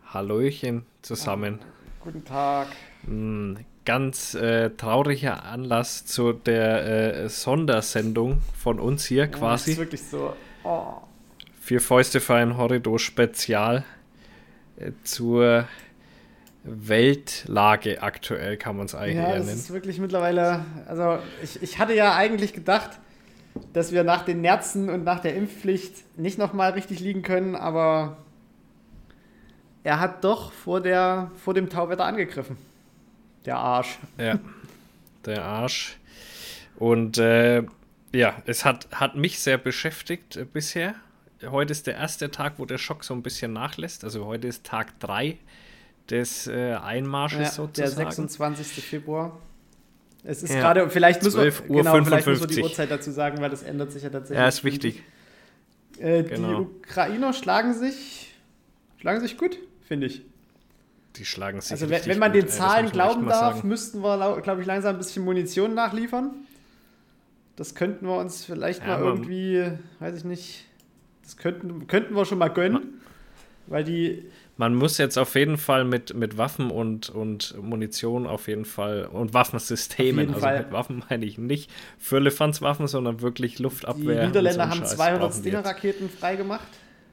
Hallöchen zusammen. Guten Tag. Ganz trauriger Anlass zu der Sondersendung von uns hier Ja, das ist quasi. wirklich so. Oh. Vier Fäuste für ein Horridor-Spezial zur Weltlage aktuell, kann man es eigentlich Ja, eher das nennen. ist wirklich mittlerweile. Also, ich hatte ja eigentlich gedacht, dass wir nach den Nerzen und nach der Impfpflicht nicht nochmal richtig liegen können, aber er hat doch vor dem Tauwetter angegriffen. Der Arsch. Ja, der Arsch. Und ja, es hat mich sehr beschäftigt bisher. Heute ist der erste Tag, wo der Schock so ein bisschen nachlässt. Also heute ist Tag 3 des Einmarsches Ja, der sozusagen. 26. Februar. Es ist Ja, gerade, vielleicht müssen wir, 12:55 Uhr. vielleicht müssen wir die Uhrzeit dazu sagen, weil das ändert sich ja tatsächlich. Ja, ist wichtig. Die Genau. Ukrainer schlagen sich gut, finde ich. Die schlagen sich Also richtig wenn man gut, den das Zahlen muss man echt glauben mal darf, sagen. müssten wir, glaube ich, langsam ein bisschen Munition nachliefern. Das könnten wir uns vielleicht Ja, mal irgendwie, weiß ich nicht, das könnten wir schon mal gönnen, weil die, Man muss jetzt auf jeden Fall mit Waffen und Munition auf jeden Fall und Waffensystemen, Auf jeden also Fall. mit Waffen meine ich nicht Firlefanz-Waffen, sondern wirklich die Luftabwehr. Niederländer und so haben einen Scheiß 200 brauchen wir jetzt. Stinger-Raketen freigemacht.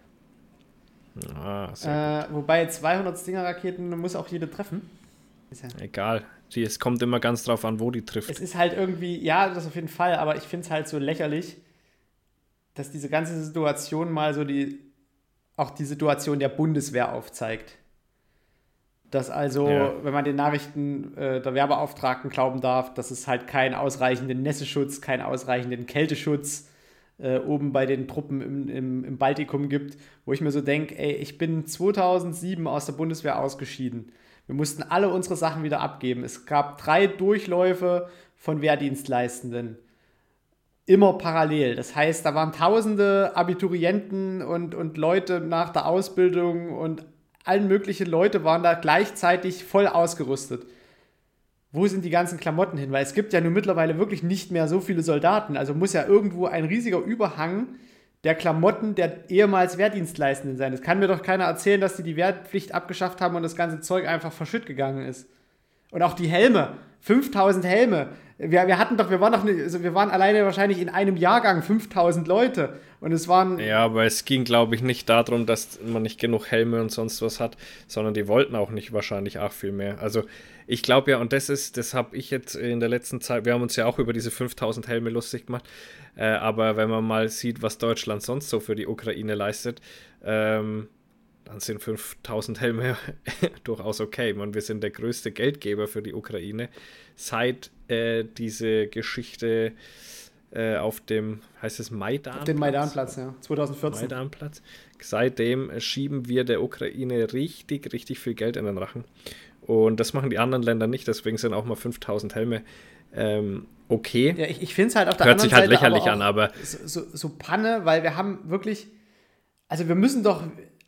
Sehr Wobei 200 Stinger-Raketen muss auch jede treffen. Ist ja. gut. Egal, es kommt immer ganz drauf an, wo die trifft. Es ist halt irgendwie, ja, das auf jeden Fall, aber ich finde es halt so lächerlich, dass diese ganze Situation mal so auch die Situation der Bundeswehr aufzeigt. Dass also, Ja. wenn man den Nachrichten der Werbeauftragten glauben darf, dass es halt keinen ausreichenden Nässeschutz, keinen ausreichenden Kälteschutz oben bei den Truppen im Baltikum gibt, wo ich mir so denke, ey, ich bin 2007 aus der Bundeswehr ausgeschieden. Wir mussten alle unsere Sachen wieder abgeben. Es gab 3 Durchläufe von Wehrdienstleistenden. Immer parallel. Das heißt, da waren tausende Abiturienten und Leute nach der Ausbildung und allen möglichen Leute waren da gleichzeitig voll ausgerüstet. Wo sind die ganzen Klamotten hin? Weil es gibt ja nun mittlerweile wirklich nicht mehr so viele Soldaten. Also muss ja irgendwo ein riesiger Überhang der Klamotten der ehemals Wehrdienstleistenden sein. Das kann mir doch keiner erzählen, dass die Wehrpflicht abgeschafft haben und das ganze Zeug einfach verschütt gegangen ist. Und auch die Helme. 5000 Helme. Wir waren alleine wahrscheinlich in einem Jahrgang 5000 Leute. Und es waren. Ja, aber es ging, glaube ich, nicht darum, dass man nicht genug Helme und sonst was hat, sondern die wollten auch nicht wahrscheinlich auch viel mehr. Also ich glaube ja, und das habe ich jetzt in der letzten Zeit, wir haben uns ja auch über diese 5000 Helme lustig gemacht, aber wenn man mal sieht, was Deutschland sonst so für die Ukraine leistet, dann sind 5000 Helme durchaus okay. Ich meine, wir sind der größte Geldgeber für die Ukraine, seit diese Geschichte auf dem, heißt es Maidan? Auf dem Maidanplatz, ja. 2014. Maidanplatz. Seitdem schieben wir der Ukraine richtig, richtig viel Geld in den Rachen. Und das machen die anderen Länder nicht, deswegen sind auch mal 5000 Helme okay. Ja, ich finde es halt auf der Hört anderen sich halt Seite lächerlich aber auch an, aber so Panne, weil wir haben wirklich, also wir müssen doch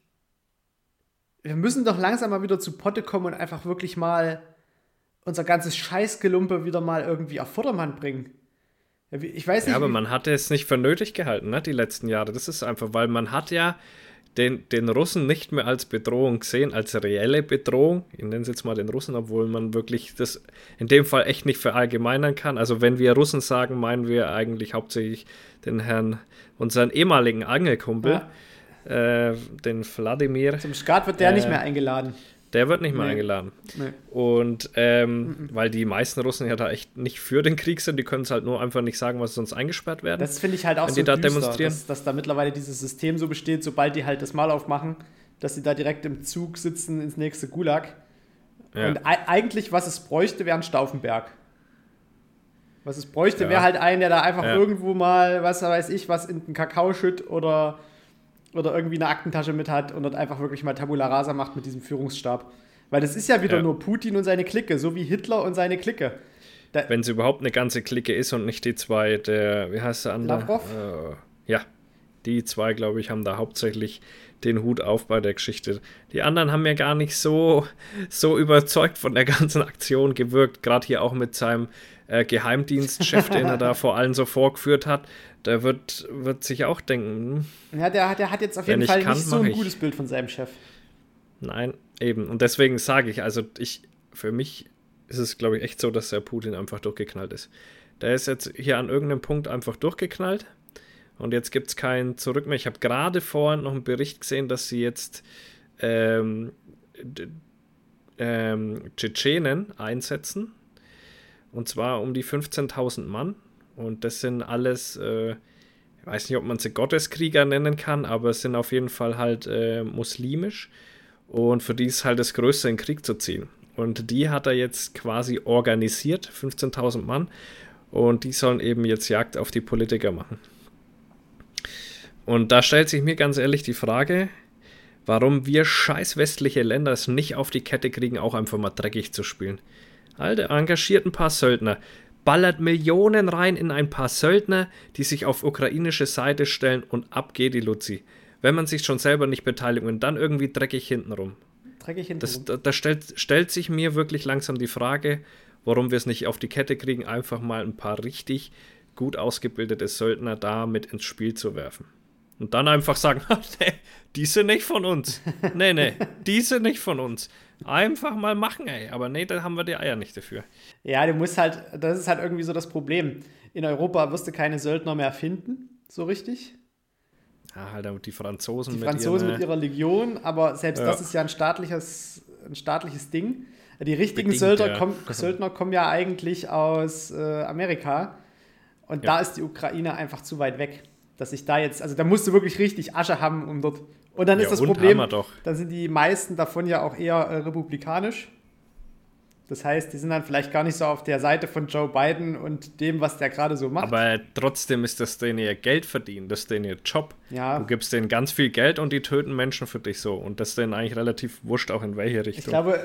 langsam mal wieder zu Potte kommen und einfach wirklich mal unser ganzes Scheißgelumpe wieder mal irgendwie auf Vordermann bringen. Ja, ich weiß nicht, ja, aber man hatte es nicht für nötig gehalten, ne, die letzten Jahre. Das ist einfach, weil man hat ja den Russen nicht mehr als Bedrohung gesehen, als reelle Bedrohung. Ich nenne es jetzt mal den Russen, obwohl man wirklich das in dem Fall echt nicht verallgemeinern kann. Also wenn wir Russen sagen, meinen wir eigentlich hauptsächlich den Herrn, unseren ehemaligen Angelkumpel, den Wladimir. zum Skat wird der nicht mehr eingeladen. Der wird nicht mehr Nee. eingeladen. Nee. Und weil die meisten Russen ja da echt nicht für den Krieg sind, die können es halt nur einfach nicht sagen, was sie sonst eingesperrt werden. Das finde ich halt auch Wenn so die da düster, demonstrieren. dass da mittlerweile dieses System so besteht, sobald die halt das Maul aufmachen, dass sie da direkt im Zug sitzen ins nächste Gulag. Ja. Und eigentlich, was es bräuchte, wäre ein Stauffenberg. Was es bräuchte, Ja. wäre halt ein, der da einfach Ja. irgendwo mal, was weiß ich, was in den Kakao schütt oder irgendwie eine Aktentasche mit hat und dort einfach wirklich mal Tabula Rasa macht mit diesem Führungsstab. Weil das ist ja wieder nur Putin und seine Clique, so wie Hitler und seine Clique. Wenn es überhaupt eine ganze Clique ist und nicht die zwei, wie heißt der andere? Lavrov? Ja, die zwei, glaube ich, haben da hauptsächlich den Hut auf bei der Geschichte. Die anderen haben ja gar nicht so überzeugt von der ganzen Aktion gewirkt, gerade hier auch mit seinem Geheimdienstchef, den er da vor allem so vorgeführt hat. Der wird sich auch denken, Ja, der hat jetzt auf Wenn jeden ich Fall kann, nicht so mach ein ich. gutes Bild von seinem Chef. nein, Eben. Und deswegen sage ich, also für mich ist es, glaube ich, echt so, dass der Putin einfach durchgeknallt ist. Der ist jetzt hier an irgendeinem Punkt einfach durchgeknallt und jetzt gibt es kein Zurück mehr. Ich habe gerade vorhin noch einen Bericht gesehen, dass sie jetzt Tschetschenen einsetzen, und zwar um die 15.000 Mann, und das sind alles, ich weiß nicht, ob man sie Gotteskrieger nennen kann, aber es sind auf jeden Fall halt muslimisch, und für die ist halt das Größte, in den Krieg zu ziehen. Und die hat er jetzt quasi organisiert, 15.000 Mann, und die sollen eben jetzt Jagd auf die Politiker machen. Und da stellt sich mir ganz ehrlich die Frage, warum wir scheiß westliche Länder es nicht auf die Kette kriegen, auch einfach mal dreckig zu spielen. Alter, engagiert ein paar Söldner, ballert Millionen rein in ein paar Söldner, die sich auf ukrainische Seite stellen, und ab geht die Luzi. Wenn man sich schon selber nicht beteiligt und dann irgendwie dreckig hintenrum. Da stellt sich mir wirklich langsam die Frage, warum wir es nicht auf die Kette kriegen, einfach mal ein paar richtig gut ausgebildete Söldner da mit ins Spiel zu werfen. Und dann einfach sagen, nee, die sind nicht von uns. Nee, die sind nicht von uns. Einfach mal machen, ey. Aber nee, da haben wir die Eier nicht dafür. Ja, das ist halt irgendwie so das Problem. In Europa wirst du keine Söldner mehr finden, so richtig. Ja, halt die Franzosen, mit ihrer Legion, aber selbst das ist ja ein staatliches Ding. Die richtigen Söldner kommen ja eigentlich aus Amerika, und da ist die Ukraine einfach zu weit weg, dass ich da jetzt, also da musst du wirklich richtig Asche haben, um dort, und dann ist das Problem, dann sind die meisten davon ja auch eher republikanisch. Das heißt, die sind dann vielleicht gar nicht so auf der Seite von Joe Biden und dem, was der gerade so macht. Aber trotzdem ist das denen ihr Geld verdienen, das ist denen ihr Job. Ja. Du gibst denen ganz viel Geld und die töten Menschen für dich so. Und das ist denen eigentlich relativ wurscht, auch in welche Richtung.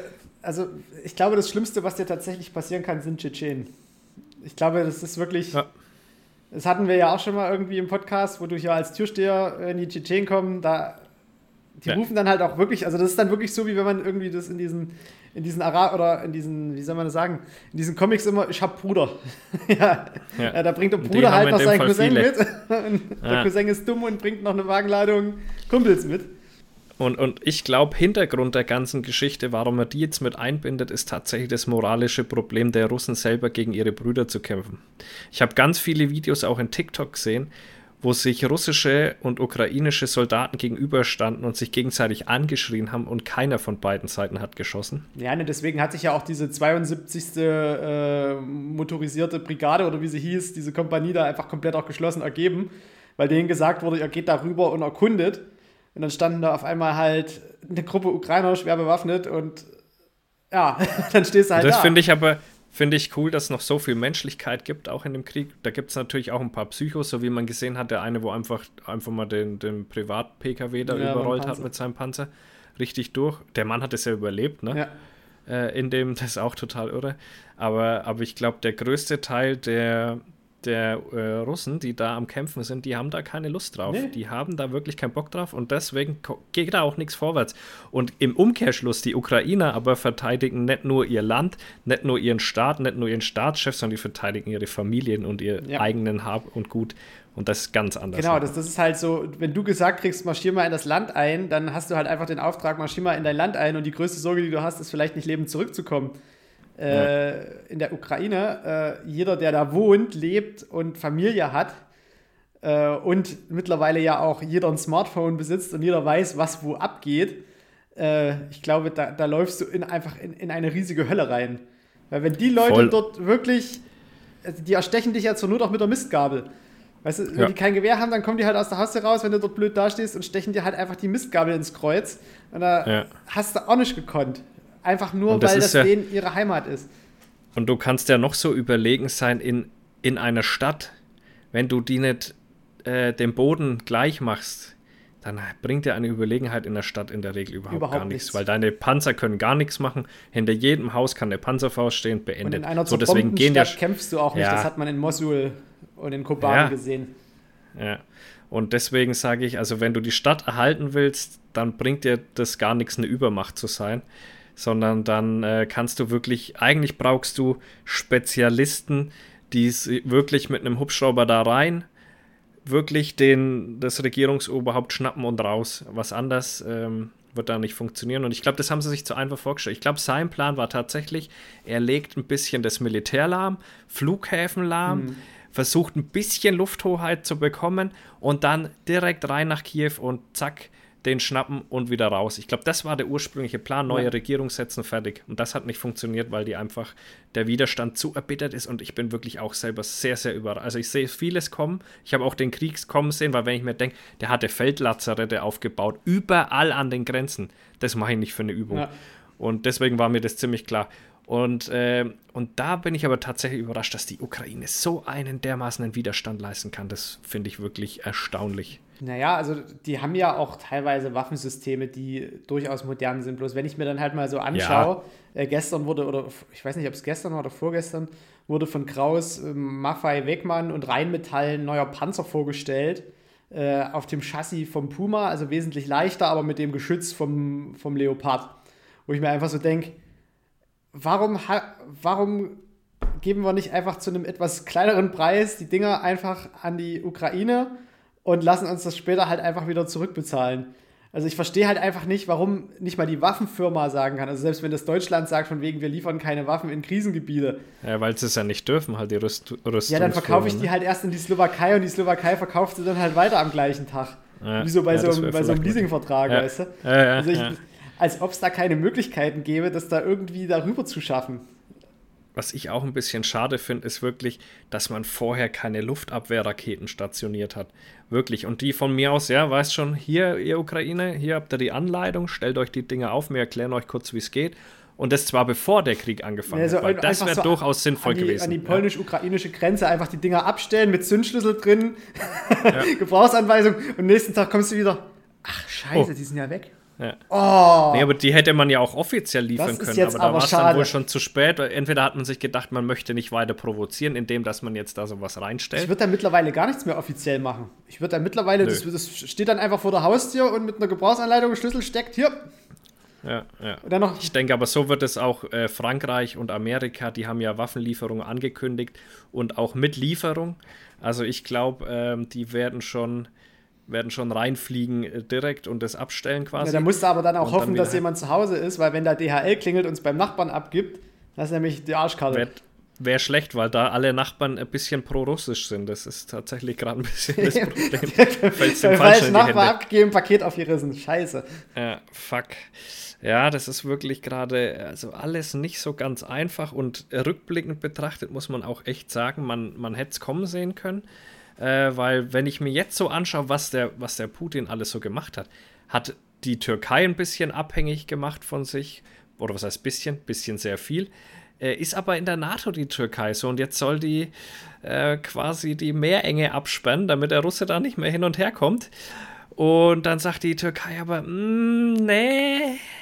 Ich glaube, das Schlimmste, was dir tatsächlich passieren kann, sind Tschetschenen. Ich glaube, das ist wirklich... Ja. Das hatten wir ja auch schon mal irgendwie im Podcast, wo du hier als Türsteher in die Tschetschenen kommen, die rufen dann halt auch wirklich, also das ist dann wirklich so, wie wenn man irgendwie das in diesen wie soll man das sagen, in diesen Comics immer, ich hab Bruder. Da bringt der Bruder halt noch seinen Cousin mit. Und der Cousin ist dumm und bringt noch eine Wagenladung Kumpels mit. Und ich glaube, Hintergrund der ganzen Geschichte, warum er die jetzt mit einbindet, ist tatsächlich das moralische Problem der Russen selber, gegen ihre Brüder zu kämpfen. Ich habe ganz viele Videos auch in TikTok gesehen, wo sich russische und ukrainische Soldaten gegenüberstanden und sich gegenseitig angeschrien haben, und keiner von beiden Seiten hat geschossen. Ja, deswegen hat sich ja auch diese 72. Motorisierte Brigade, oder wie sie hieß, diese Kompanie da einfach komplett auch geschlossen ergeben, weil denen gesagt wurde, ihr geht da rüber und erkundet. Und dann standen da auf einmal halt eine Gruppe Ukrainer schwer bewaffnet, und ja, dann stehst du halt das da. Finde ich cool, dass es noch so viel Menschlichkeit gibt, auch in dem Krieg. Da gibt es natürlich auch ein paar Psychos, so wie man gesehen hat, der eine, wo einfach mal den Privat-PKW da überrollt hat mit seinem Panzer. Richtig durch. Der Mann hat es ja überlebt, ne? Ja. Das ist auch total irre. Aber ich glaube, der größte Teil der Russen, die da am Kämpfen sind, die haben da keine Lust drauf. Nee. Die haben da wirklich keinen Bock drauf, und deswegen geht da auch nichts vorwärts. Und im Umkehrschluss, die Ukrainer aber verteidigen nicht nur ihr Land, nicht nur ihren Staat, nicht nur ihren Staatschef, sondern die verteidigen ihre Familien und ihr eigenen Hab und Gut. Und das ist ganz anders. Genau, das ist halt so, wenn du gesagt kriegst, marschier mal in das Land ein, dann hast du halt einfach den Auftrag, marschier mal in dein Land ein, und die größte Sorge, die du hast, ist vielleicht nicht lebend zurückzukommen. In der Ukraine, jeder, der da wohnt, lebt und Familie hat, und mittlerweile ja auch jeder ein Smartphone besitzt und jeder weiß, was wo abgeht, ich glaube, da läufst du einfach in eine riesige Hölle rein. Weil wenn die Leute dort wirklich, die erstechen dich ja zur Not auch mit der Mistgabel. Weißt du, wenn die kein Gewehr haben, dann kommen die halt aus der Haustür raus, wenn du dort blöd dastehst, und stechen dir halt einfach die Mistgabel ins Kreuz. Und da hast du auch nicht gekonnt. Einfach nur, weil das denen ihre Heimat ist. Und du kannst ja noch so überlegen sein in einer Stadt, wenn du die nicht den Boden gleich machst, dann bringt dir eine Überlegenheit in der Stadt in der Regel überhaupt gar nichts. Weil deine Panzer können gar nichts machen. Hinter jedem Haus kann eine Panzerfaust stehen, beendet. Und in einer Bombenstadt kämpfst du auch nicht. Das hat man in Mosul und in Kobane gesehen. Ja. Und deswegen sage ich, also wenn du die Stadt erhalten willst, dann bringt dir das gar nichts, eine Übermacht zu sein. Sondern dann kannst du wirklich, eigentlich brauchst du Spezialisten, die es wirklich mit einem Hubschrauber da rein, wirklich das Regierungsoberhaupt schnappen und raus. Was anders wird da nicht funktionieren. Und ich glaube, das haben sie sich zu einfach vorgestellt. Ich glaube, sein Plan war tatsächlich, er legt ein bisschen das Militär lahm, Flughäfen lahm, versucht ein bisschen Lufthoheit zu bekommen und dann direkt rein nach Kiew und zack, den schnappen und wieder raus. Ich glaube, das war der ursprüngliche Plan, neue Regierung setzen, fertig. Und das hat nicht funktioniert, weil die einfach der Widerstand zu erbittert ist und ich bin wirklich auch selber sehr, sehr überrascht. Also ich sehe vieles kommen. Ich habe auch den Krieg kommen sehen, weil wenn ich mir denke, der hatte Feldlazarette aufgebaut, überall an den Grenzen. Das mache ich nicht für eine Übung. Ja. Und deswegen war mir das ziemlich klar. Und da bin ich aber tatsächlich überrascht, dass die Ukraine so einen dermaßen Widerstand leisten kann. Das finde ich wirklich erstaunlich. Naja, also die haben ja auch teilweise Waffensysteme, die durchaus modern sind. Bloß wenn ich mir dann halt mal so anschaue, gestern wurde, oder ich weiß nicht, ob es gestern war oder vorgestern, wurde von Kraus, Maffei, Wegmann und Rheinmetall ein neuer Panzer vorgestellt, auf dem Chassis vom Puma, also wesentlich leichter, aber mit dem Geschütz vom Leopard. Wo ich mir einfach so denke, warum geben wir nicht einfach zu einem etwas kleineren Preis die Dinger einfach an die Ukraine und lassen uns das später halt einfach wieder zurückbezahlen? Also ich verstehe halt einfach nicht, warum nicht mal die Waffenfirma sagen kann. Also selbst wenn das Deutschland sagt, von wegen, wir liefern keine Waffen in Krisengebiete. Ja, weil sie es ja nicht dürfen, halt die Rüstung. Ja, dann verkaufe ich die halt erst in die Slowakei und die Slowakei verkauft sie dann halt weiter am gleichen Tag. Ja, wie so bei so einem Leasingvertrag, weißt du? Also als ob es da keine Möglichkeiten gäbe, das da irgendwie darüber zu schaffen. Was ich auch ein bisschen schade finde, ist wirklich, dass man vorher keine Luftabwehrraketen stationiert hat. Wirklich. Und die von mir aus, ja, weißt schon, hier, ihr Ukraine, hier habt ihr die Anleitung, stellt euch die Dinger auf, wir erklären euch kurz, wie es geht. Und das zwar bevor der Krieg angefangen hat, weil das wäre so durchaus sinnvoll gewesen. An die polnisch-ukrainische Grenze einfach die Dinger abstellen mit Zündschlüssel drin, Gebrauchsanweisung und nächsten Tag kommst du wieder, ach scheiße, die sind ja weg. Ja. Oh. Nee, aber die hätte man ja auch offiziell liefern können, aber da war es dann wohl schon zu spät. Entweder hat man sich gedacht, man möchte nicht weiter provozieren, indem dass man jetzt da sowas reinstellt. Ich würde da mittlerweile gar nichts mehr offiziell machen. Ich würde da mittlerweile, das steht dann einfach vor der Haustür und mit einer Gebrauchsanleitung Schlüssel steckt, hier. Ja. Und dann noch ich denke, aber so wird es auch Frankreich und Amerika, die haben ja Waffenlieferungen angekündigt und auch mit Lieferung. Also ich glaube, die werden schon reinfliegen direkt und das abstellen quasi. Ja, da musst du aber dann auch hoffen, dass jemand zu Hause ist, weil wenn da DHL klingelt und es beim Nachbarn abgibt, das ist nämlich die Arschkarte. Wäre schlecht, weil da alle Nachbarn ein bisschen pro-russisch sind. Das ist tatsächlich gerade ein bisschen das Problem. Falsch Nachbar abgegeben, Paket aufgerissen. Scheiße. Ja, fuck. Ja, das ist wirklich gerade also alles nicht so ganz einfach und rückblickend betrachtet muss man auch echt sagen, man hätte es kommen sehen können. Weil wenn ich mir jetzt so anschaue, was der Putin alles so gemacht hat die Türkei ein bisschen abhängig gemacht von sich, oder was heißt bisschen sehr viel, ist aber in der NATO die Türkei so und jetzt soll die quasi die Meerenge absperren, damit der Russe da nicht mehr hin und her kommt und dann sagt die Türkei aber, nee,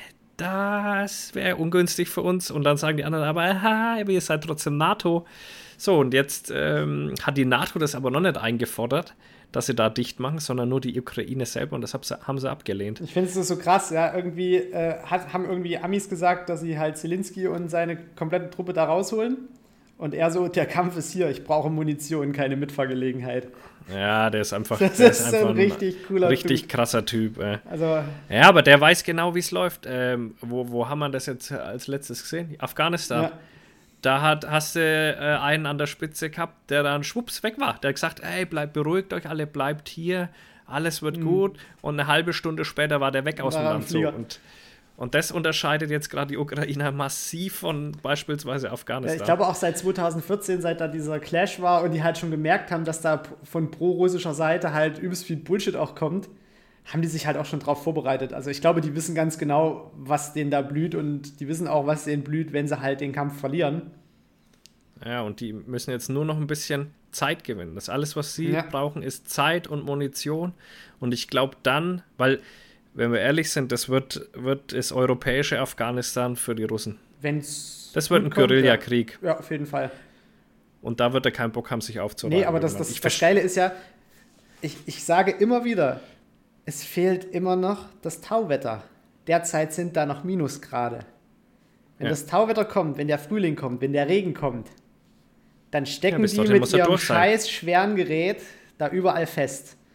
das wäre ungünstig für uns und dann sagen die anderen aber ihr seid trotzdem NATO. So, und jetzt hat die NATO das aber noch nicht eingefordert, dass sie da dicht machen, sondern nur die Ukraine selber und das haben sie abgelehnt. Ich finde es so krass, ja, irgendwie haben irgendwie Amis gesagt, dass sie halt Zelensky und seine komplette Truppe da rausholen und er so, der Kampf ist hier, ich brauche Munition, keine Mitfahrgelegenheit. Ja, der ist einfach, das ist einfach ein richtig cooler richtig krasser Typ. Also, ja, aber der weiß genau, wie es läuft. Wo haben wir das jetzt als letztes gesehen? Afghanistan. Ja. Da hast du einen an der Spitze gehabt, der dann schwupps weg war. Der hat gesagt, ey, beruhigt euch alle, bleibt hier, alles wird gut. Und eine halbe Stunde später war der weg aus dem Land. So. Und das unterscheidet jetzt gerade die Ukrainer massiv von beispielsweise Afghanistan. Ja, ich glaube auch seit 2014, seit da dieser Clash war und die halt schon gemerkt haben, dass da von pro-russischer Seite halt übelst viel Bullshit auch kommt, haben die sich halt auch schon drauf vorbereitet. Also ich glaube, die wissen ganz genau, was denen da blüht und die wissen auch, was denen blüht, wenn sie halt den Kampf verlieren. Ja, und die müssen jetzt nur noch ein bisschen Zeit gewinnen. Das alles, was sie brauchen, ist Zeit und Munition. Und ich glaube dann, weil, wenn wir ehrlich sind, das wird das europäische Afghanistan für die Russen. Das wird ein Guerillakrieg. Ja, auf jeden Fall. Und da wird er keinen Bock haben, sich aufzureiben. Nee, aber das Geile ist ja, ich sage immer wieder, es fehlt immer noch das Tauwetter. Derzeit sind da noch Minusgrade. Wenn das Tauwetter kommt, wenn der Frühling kommt, wenn der Regen kommt, dann stecken die mit ihrem scheiß schweren Gerät da überall fest.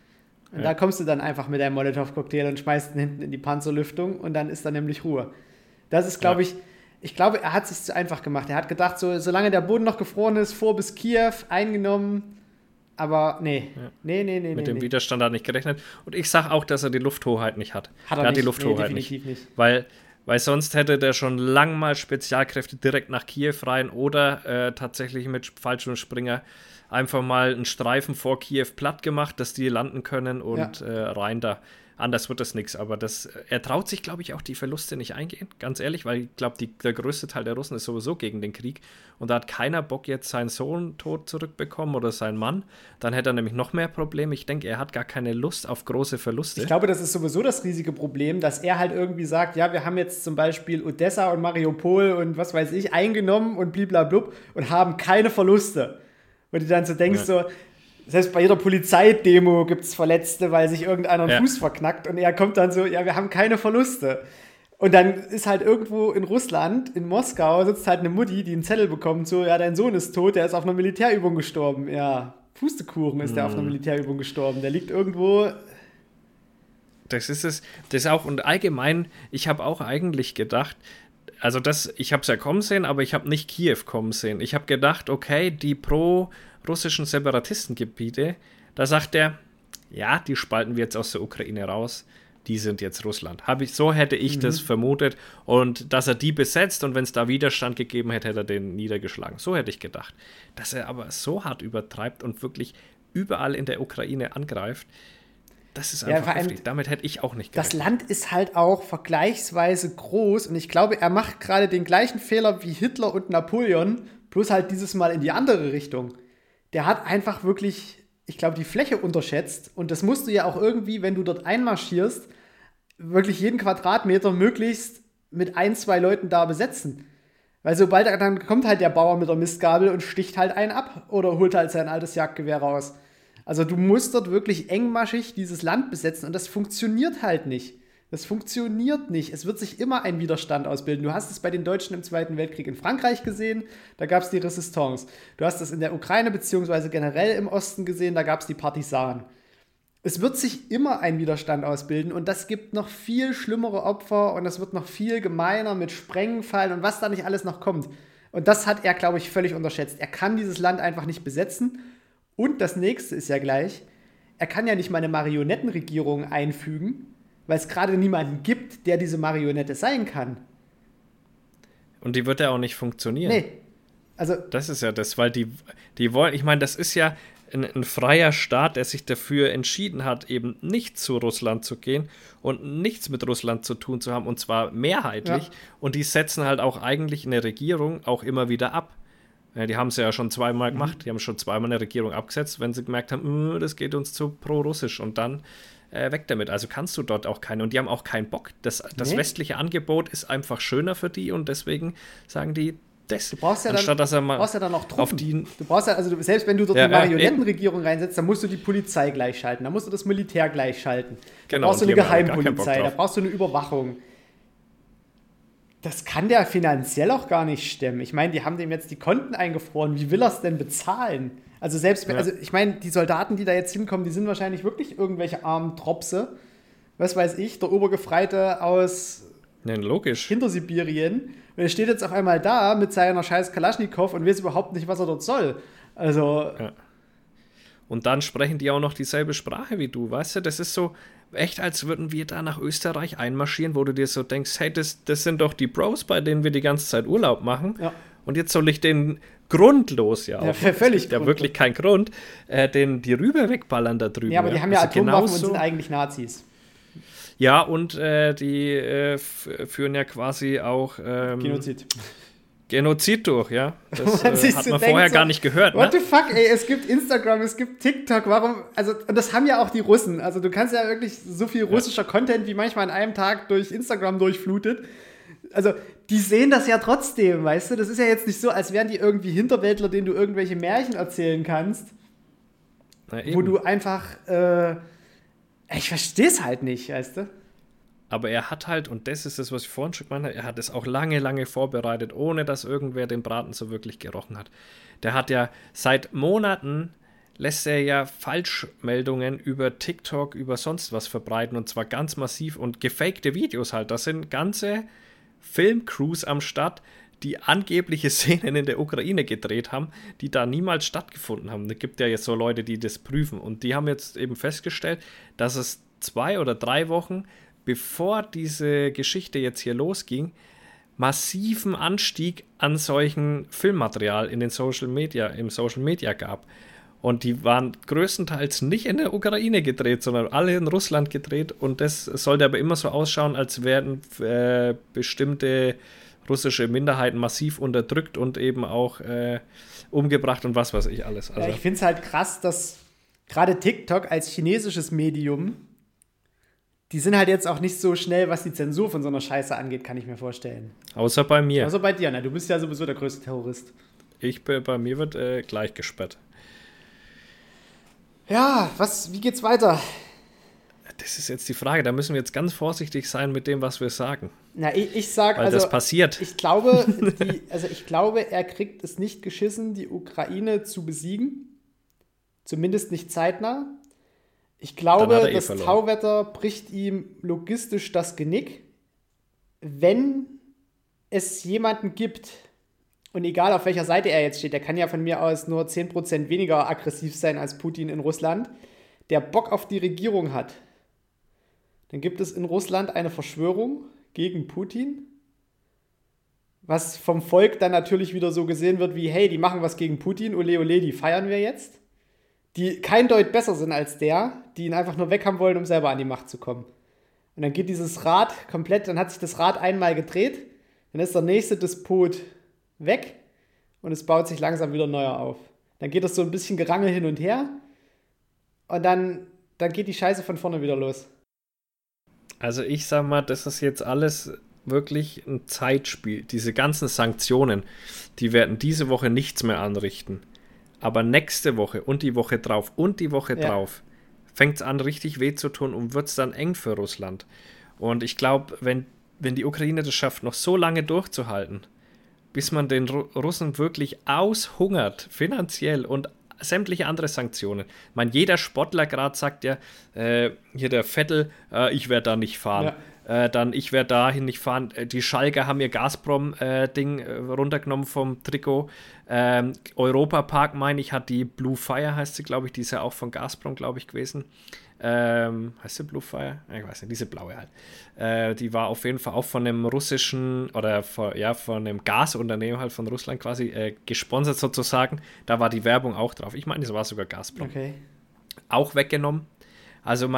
Und da kommst du dann einfach mit deinem Molotow-Cocktail und schmeißt ihn hinten in die Panzerlüftung und dann ist da nämlich Ruhe. Das ist, glaube ich glaube, er hat es sich zu einfach gemacht. Er hat gedacht, solange der Boden noch gefroren ist, vor bis Kiew, eingenommen. Aber nee. Mit dem Widerstand hat er nicht gerechnet. Und ich sage auch, dass er die Lufthoheit nicht hat. Er hat die Lufthoheit definitiv nicht. Weil sonst hätte der schon lang mal Spezialkräfte direkt nach Kiew rein oder tatsächlich mit Fallschirmspringer einfach mal einen Streifen vor Kiew platt gemacht, dass die landen können und rein da. Anders wird das nichts, aber er traut sich, glaube ich, auch die Verluste nicht eingehen, ganz ehrlich, weil ich glaube, der größte Teil der Russen ist sowieso gegen den Krieg und da hat keiner Bock, jetzt seinen Sohn tot zurückbekommen oder seinen Mann, dann hätte er nämlich noch mehr Probleme. Ich denke, er hat gar keine Lust auf große Verluste. Ich glaube, das ist sowieso das riesige Problem, dass er halt irgendwie sagt, ja, wir haben jetzt zum Beispiel Odessa und Mariupol und was weiß ich eingenommen und bliblablub und haben keine Verluste. Und du dann so denkst, selbst bei jeder Polizeidemo gibt es Verletzte, weil sich irgendeiner einen Fuß verknackt und er kommt dann so, ja, wir haben keine Verluste. Und dann ist halt irgendwo in Russland, in Moskau, sitzt halt eine Mutti, die einen Zettel bekommt, so, ja, dein Sohn ist tot, der ist auf einer Militärübung gestorben. Ja, Pustekuchen ist der auf einer Militärübung gestorben, der liegt irgendwo. Das ist es. Das auch, und allgemein, ich habe auch eigentlich gedacht, also ich habe es ja kommen sehen, aber ich habe nicht Kiew kommen sehen. Ich habe gedacht, okay, die pro-russischen Separatistengebiete, da sagt er, ja, die spalten wir jetzt aus der Ukraine raus, die sind jetzt Russland. So hätte ich das vermutet und dass er die besetzt und wenn es da Widerstand gegeben hätte, hätte er den niedergeschlagen. So hätte ich gedacht. Dass er aber so hart übertreibt und wirklich überall in der Ukraine angreift, das ist einfach heftig. Damit hätte ich auch nicht gerechnet. Das Land ist halt auch vergleichsweise groß und ich glaube, er macht gerade den gleichen Fehler wie Hitler und Napoleon, bloß halt dieses Mal in die andere Richtung. Der hat einfach wirklich, ich glaube, die Fläche unterschätzt und das musst du ja auch irgendwie, wenn du dort einmarschierst, wirklich jeden Quadratmeter möglichst mit 1, 2 Leuten da besetzen. Weil dann kommt halt der Bauer mit der Mistgabel und sticht halt einen ab oder holt halt sein altes Jagdgewehr raus. Also du musst dort wirklich engmaschig dieses Land besetzen und das funktioniert halt nicht. Das funktioniert nicht. Es wird sich immer ein Widerstand ausbilden. Du hast es bei den Deutschen im Zweiten Weltkrieg in Frankreich gesehen, da gab es die Resistance. Du hast es in der Ukraine beziehungsweise generell im Osten gesehen, da gab es die Partisanen. Es wird sich immer ein Widerstand ausbilden und das gibt noch viel schlimmere Opfer und das wird noch viel gemeiner mit Sprengfallen und was da nicht alles noch kommt. Und das hat er, glaube ich, völlig unterschätzt. Er kann dieses Land einfach nicht besetzen. Und das nächste ist ja gleich, er kann ja nicht mal eine Marionettenregierung einfügen, weil es gerade niemanden gibt, der diese Marionette sein kann. Und die wird ja auch nicht funktionieren. Nee. Also, das ist ja das, weil die wollen, ich meine, das ist ja ein freier Staat, der sich dafür entschieden hat, eben nicht zu Russland zu gehen und nichts mit Russland zu tun zu haben, und zwar mehrheitlich. Ja. Und die setzen halt auch eigentlich eine Regierung auch immer wieder ab. Die haben es ja schon zweimal gemacht. Die haben schon zweimal eine Regierung abgesetzt, wenn sie gemerkt haben, das geht uns zu pro-russisch und dann weg damit. Also kannst du dort auch keine. Und die haben auch keinen Bock. Das westliche Angebot ist einfach schöner für die und deswegen sagen die, das. Du brauchst ja anstatt, dass er mal brauchst ja dann noch Truppen. Auf die, du brauchst ja, also selbst wenn du dort eine Marionettenregierung reinsetzt, dann musst du die Polizei gleichschalten, dann musst du das Militär gleichschalten. Da brauchst du eine Geheimpolizei, da brauchst du eine Überwachung. Das kann der finanziell auch gar nicht stemmen. Ich meine, die haben dem jetzt die Konten eingefroren. Wie will er es denn bezahlen? Also selbst, also ich meine, die Soldaten, die da jetzt hinkommen, die sind wahrscheinlich wirklich irgendwelche armen Tropse. Was weiß ich, der Obergefreite aus Hintersibirien. Und er steht jetzt auf einmal da mit seiner scheiß Kalaschnikow und weiß überhaupt nicht, was er dort soll. Also. Ja. Und dann sprechen die auch noch dieselbe Sprache wie du, weißt du? Das ist so echt, als würden wir da nach Österreich einmarschieren, wo du dir so denkst, hey, das sind doch die Bros, bei denen wir die ganze Zeit Urlaub machen. Ja. Und jetzt soll ich den grundlos völlig ja wirklich kein Grund, die Rübe wegballern da drüben. Ja, aber die haben ja Atomwaffen und sind eigentlich Nazis. Ja, und die führen ja quasi auch Genozid durch, ja. Das hat man vorher gar nicht gehört. What the fuck, ey, es gibt Instagram, es gibt TikTok, warum, also, und das haben ja auch die Russen, also du kannst ja wirklich so viel russischer Content, wie manchmal an einem Tag durch Instagram durchflutet, also die sehen das ja trotzdem, weißt du, das ist ja jetzt nicht so, als wären die irgendwie Hinterwäldler, denen du irgendwelche Märchen erzählen kannst, wo du einfach, ich verstehe es halt nicht, weißt du. Aber er hat halt, und das ist das, was ich vorhin schon gemeint habe, er hat es auch lange, lange vorbereitet, ohne dass irgendwer den Braten so wirklich gerochen hat. Der hat ja seit Monaten lässt er ja Falschmeldungen über TikTok, über sonst was verbreiten und zwar ganz massiv und gefakte Videos halt. Das sind ganze Filmcrews am Start, die angebliche Szenen in der Ukraine gedreht haben, die da niemals stattgefunden haben. Es gibt ja jetzt so Leute, die das prüfen und die haben jetzt eben festgestellt, dass es 2 oder 3 Wochen, bevor diese Geschichte jetzt hier losging, massiven Anstieg an solchen Filmmaterial im Social Media gab. Und die waren größtenteils nicht in der Ukraine gedreht, sondern alle in Russland gedreht. Und das sollte aber immer so ausschauen, als wären bestimmte russische Minderheiten massiv unterdrückt und eben auch umgebracht und was weiß ich alles. Also, ja, ich finde es halt krass, dass gerade TikTok als chinesisches Medium, die sind halt jetzt auch nicht so schnell, was die Zensur von so einer Scheiße angeht, kann ich mir vorstellen. außer bei mir. Also bei dir, ne? Du bist ja sowieso der größte Terrorist. Bei mir wird gleich gesperrt. Ja, wie geht's weiter? Das ist jetzt die Frage. Da müssen wir jetzt ganz vorsichtig sein mit dem, was wir sagen. Na, ich sag, weil also das passiert. Ich glaube, er kriegt es nicht geschissen, die Ukraine zu besiegen. Zumindest nicht zeitnah. Ich glaube, das Tauwetter bricht ihm logistisch das Genick. Wenn es jemanden gibt, und egal auf welcher Seite er jetzt steht, der kann ja von mir aus nur 10% weniger aggressiv sein als Putin in Russland, der Bock auf die Regierung hat, dann gibt es in Russland eine Verschwörung gegen Putin, was vom Volk dann natürlich wieder so gesehen wird wie, hey, die machen was gegen Putin, ole ole, die feiern wir jetzt. Die kein Deut besser sind als der, die ihn einfach nur weg haben wollen, um selber an die Macht zu kommen. Und dann geht dieses Rad komplett, dann hat sich das Rad einmal gedreht, dann ist der nächste Despot weg und es baut sich langsam wieder neuer auf. Dann geht das so ein bisschen Gerangel hin und her und dann geht die Scheiße von vorne wieder los. Also ich sag mal, das ist jetzt alles wirklich ein Zeitspiel. Diese ganzen Sanktionen, die werden diese Woche nichts mehr anrichten. Aber nächste Woche und die Woche drauf und die Woche drauf fängt es an, richtig weh zu tun und wird es dann eng für Russland. Und ich glaube, wenn die Ukraine das schafft, noch so lange durchzuhalten, bis man den Russen wirklich aushungert, finanziell und sämtliche andere Sanktionen. Ich meine, jeder Sportler gerade sagt ja, hier der Vettel, ich werde da nicht fahren. Dann, ich werde dahin nicht fahren. Die Schalker haben ihr Gazprom-Ding runtergenommen vom Trikot. Europapark, meine ich, hat die Blue Fire, heißt sie, glaube ich, die ist ja auch von Gazprom, glaube ich, gewesen. Heißt sie Blue Fire? Ich weiß nicht, diese blaue halt. Die war auf jeden Fall auch von einem russischen oder von einem Gasunternehmen halt von Russland quasi gesponsert sozusagen. Da war die Werbung auch drauf. Ich meine, das war sogar Gazprom. Okay. Auch weggenommen. Also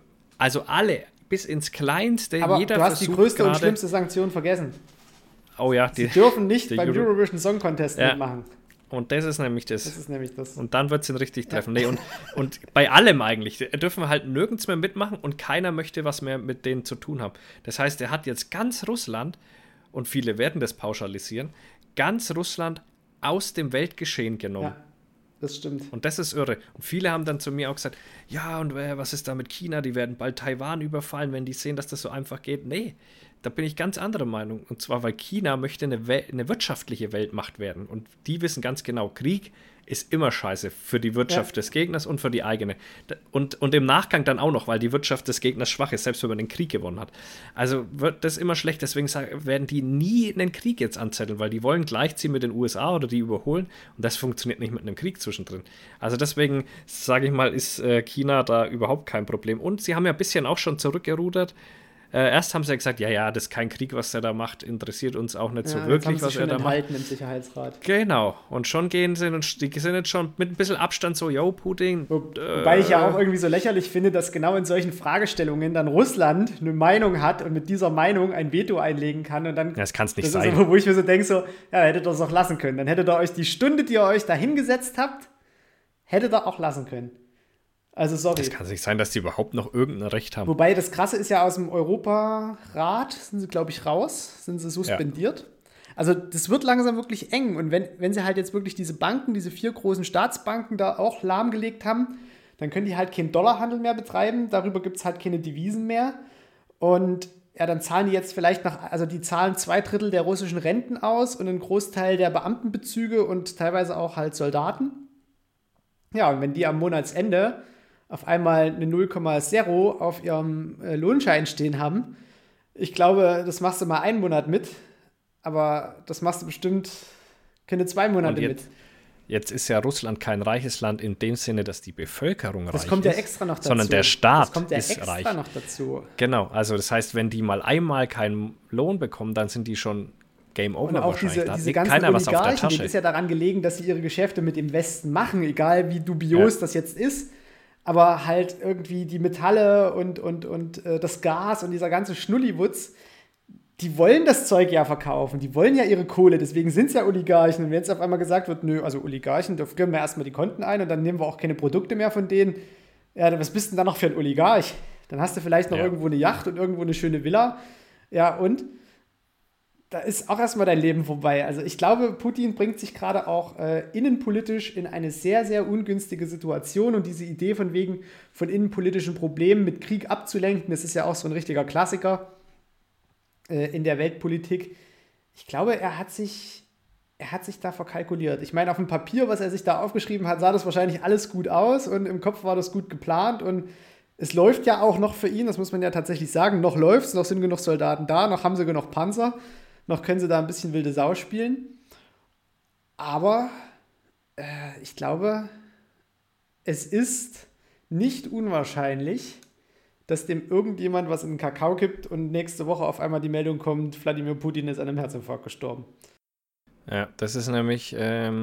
alle, bis ins Kleinste, aber jeder du hast die größte und schlimmste Sanktion vergessen. Oh ja. Sie dürfen nicht beim Eurovision Song Contest mitmachen. Und das ist nämlich das. Das ist nämlich das. Und dann wird es ihn richtig treffen. Nee, und bei allem eigentlich. Dürfen wir halt nirgends mehr mitmachen und keiner möchte was mehr mit denen zu tun haben. Das heißt, er hat jetzt ganz Russland, und viele werden das pauschalisieren, ganz Russland aus dem Weltgeschehen genommen. Ja, das stimmt. Und das ist irre. Und viele haben dann zu mir auch gesagt, ja, und was ist da mit China? Die werden bald Taiwan überfallen, wenn die sehen, dass das so einfach geht. Nee, da bin ich ganz anderer Meinung. Und zwar, weil China möchte eine wirtschaftliche Weltmacht werden. Und die wissen ganz genau, Krieg ist immer scheiße für die Wirtschaft des Gegners und für die eigene. Und im Nachgang dann auch noch, weil die Wirtschaft des Gegners schwach ist, selbst wenn man den Krieg gewonnen hat. Also wird das immer schlecht. Deswegen werden die nie einen Krieg jetzt anzetteln, weil die wollen gleichziehen mit den USA oder die überholen. Und das funktioniert nicht mit einem Krieg zwischendrin. Also deswegen, sage ich mal, ist China da überhaupt kein Problem. Und sie haben ja ein bisschen auch schon zurückgerudert. Erst haben sie ja gesagt, ja, das ist kein Krieg, was er da macht, interessiert uns auch nicht so wirklich, was er da macht. Im Sicherheitsrat. Genau. Und schon die sind jetzt schon mit ein bisschen Abstand so, yo, Putin. Wobei ich ja auch irgendwie so lächerlich finde, dass genau in solchen Fragestellungen dann Russland eine Meinung hat und mit dieser Meinung ein Veto einlegen kann und dann. Das kann es nicht sein. Ist so, wo ich mir so denke, so, ja, hättet ihr das auch lassen können. Dann hättet ihr euch die Stunde, die ihr euch da hingesetzt habt, hättet ihr auch lassen können. Also sorry. Das kann nicht sein, dass die überhaupt noch irgendein Recht haben. Wobei das Krasse ist ja, aus dem Europarat sind sie, glaube ich, raus, sind sie suspendiert. Ja. Also das wird langsam wirklich eng. Und wenn sie halt jetzt wirklich diese 4 großen Staatsbanken da auch lahmgelegt haben, dann können die halt keinen Dollarhandel mehr betreiben. Darüber gibt es halt keine Devisen mehr. Und ja, dann zahlen die jetzt vielleicht die zahlen 2/3 der russischen Renten aus und einen Großteil der Beamtenbezüge und teilweise auch halt Soldaten. Ja, und wenn die am Monatsende auf einmal eine 0,0 auf ihrem Lohnschein stehen haben, ich glaube, das machst du mal einen Monat mit, aber das machst du bestimmt keine 2 Monate mit. Jetzt ist ja Russland kein reiches Land in dem Sinne, dass die Bevölkerung reich ist. Das kommt ja extra noch dazu. Sondern der Staat das kommt ja ist extra reich. noch dazu. Genau, also das heißt, wenn die mal einmal keinen Lohn bekommen, dann sind die schon Game Over und auch wahrscheinlich. diese ganzen keiner was auf der Oligarchen, Tasche. denen ist ja daran gelegen, dass sie ihre Geschäfte mit dem Westen machen, egal wie dubios das jetzt ist. Aber halt irgendwie die Metalle und das Gas und dieser ganze Schnulliwutz, die wollen das Zeug ja verkaufen, die wollen ja ihre Kohle, deswegen sind es ja Oligarchen. Und wenn jetzt auf einmal gesagt wird, nö, also Oligarchen, da frieren wir erstmal die Konten ein und dann nehmen wir auch keine Produkte mehr von denen, ja, was bist denn da noch für ein Oligarch? Dann hast du vielleicht noch irgendwo eine Yacht und irgendwo eine schöne Villa. Ja, und da ist auch erstmal dein Leben vorbei. Also ich glaube, Putin bringt sich gerade auch innenpolitisch in eine sehr, sehr ungünstige Situation und diese Idee von wegen von innenpolitischen Problemen mit Krieg abzulenken, das ist ja auch so ein richtiger Klassiker in der Weltpolitik. Ich glaube, er hat sich da verkalkuliert. Ich meine, auf dem Papier, was er sich da aufgeschrieben hat, sah das wahrscheinlich alles gut aus und im Kopf war das gut geplant und es läuft ja auch noch für ihn, das muss man ja tatsächlich sagen, noch läuft's, noch sind genug Soldaten da, noch haben sie genug Panzer, noch können sie da ein bisschen wilde Sau spielen. Aber ich glaube, es ist nicht unwahrscheinlich, dass dem irgendjemand was in den Kakao kippt und nächste Woche auf einmal die Meldung kommt, Wladimir Putin ist an einem Herzinfarkt gestorben. Ja, das ist nämlich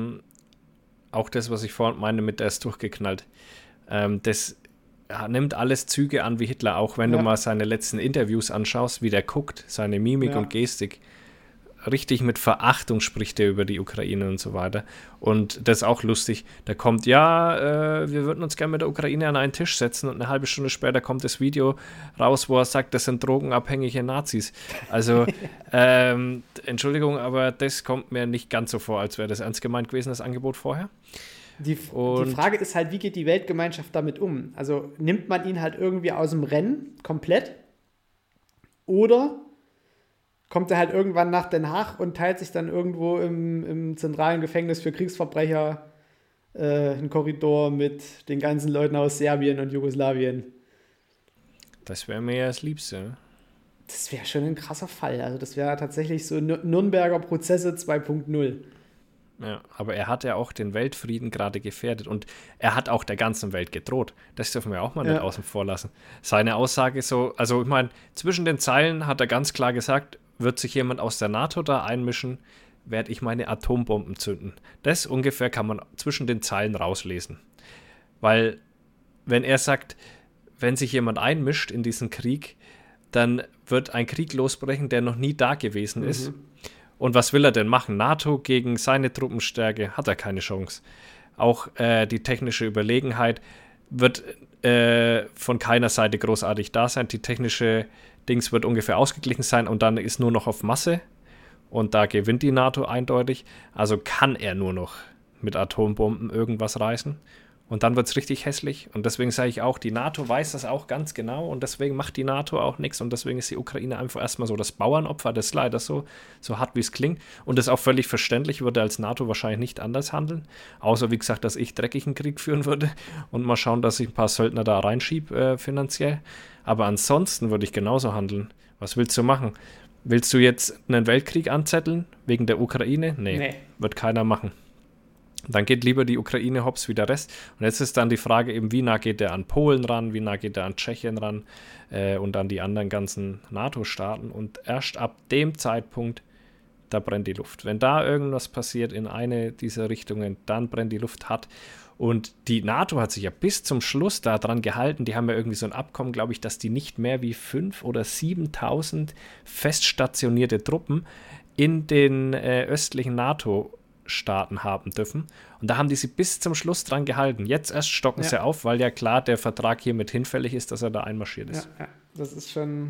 auch das, was ich vorhin meine mit der ist durchgeknallt. Das nimmt alles Züge an wie Hitler, auch wenn du mal seine letzten Interviews anschaust, wie der guckt, seine Mimik und Gestik. Richtig mit Verachtung spricht er über die Ukraine und so weiter. Und das ist auch lustig. Da kommt, wir würden uns gerne mit der Ukraine an einen Tisch setzen und eine halbe Stunde später kommt das Video raus, wo er sagt, das sind drogenabhängige Nazis. Also, Entschuldigung, aber das kommt mir nicht ganz so vor, als wäre das ernst gemeint gewesen, das Angebot vorher. Die Frage ist halt, wie geht die Weltgemeinschaft damit um? Also nimmt man ihn halt irgendwie aus dem Rennen komplett oder kommt er halt irgendwann nach Den Haag und teilt sich dann irgendwo im zentralen Gefängnis für Kriegsverbrecher einen Korridor mit den ganzen Leuten aus Serbien und Jugoslawien. Das wäre mir ja das Liebste. Das wäre schon ein krasser Fall. Also das wäre tatsächlich so Nürnberger Prozesse 2.0. Ja, aber er hat ja auch den Weltfrieden gerade gefährdet und er hat auch der ganzen Welt gedroht. Das dürfen wir auch mal nicht außen vor lassen. Seine Aussage so, also ich meine, zwischen den Zeilen hat er ganz klar gesagt, wird sich jemand aus der NATO da einmischen, werde ich meine Atombomben zünden. Das ungefähr kann man zwischen den Zeilen rauslesen. Weil, wenn er sagt, wenn sich jemand einmischt in diesen Krieg, dann wird ein Krieg losbrechen, der noch nie da gewesen ist. Und was will er denn machen? NATO gegen seine Truppenstärke hat er keine Chance. Auch die technische Überlegenheit wird von keiner Seite großartig da sein. Die technische Dings wird ungefähr ausgeglichen sein und dann ist nur noch auf Masse und da gewinnt die NATO eindeutig. Also kann er nur noch mit Atombomben irgendwas reißen und dann wird es richtig hässlich und deswegen sage ich auch, die NATO weiß das auch ganz genau und deswegen macht die NATO auch nichts und deswegen ist die Ukraine einfach erstmal so das Bauernopfer, das ist leider so hart wie es klingt und das ist auch völlig verständlich, würde als NATO wahrscheinlich nicht anders handeln, außer wie gesagt, dass ich dreckigen Krieg führen würde und mal schauen, dass ich ein paar Söldner da reinschiebe finanziell. Aber ansonsten würde ich genauso handeln. Was willst du machen? Willst du jetzt einen Weltkrieg anzetteln wegen der Ukraine? Nee, wird keiner machen. Dann geht lieber die Ukraine hops wie der Rest. Und jetzt ist dann die Frage eben, wie nah geht der an Polen ran, wie nah geht der an Tschechien ran und an die anderen ganzen NATO-Staaten. Und erst ab dem Zeitpunkt, da brennt die Luft. Wenn da irgendwas passiert in eine dieser Richtungen, dann brennt die Luft hart. Und die NATO hat sich ja bis zum Schluss daran gehalten, die haben ja irgendwie so ein Abkommen, glaube ich, dass die nicht mehr wie 5.000 oder 7.000 feststationierte Truppen in den östlichen NATO-Staaten haben dürfen. Und da haben die sich bis zum Schluss dran gehalten. Jetzt erst stocken sie auf, weil ja klar der Vertrag hiermit hinfällig ist, dass er da einmarschiert ist. Ja, das ist schon...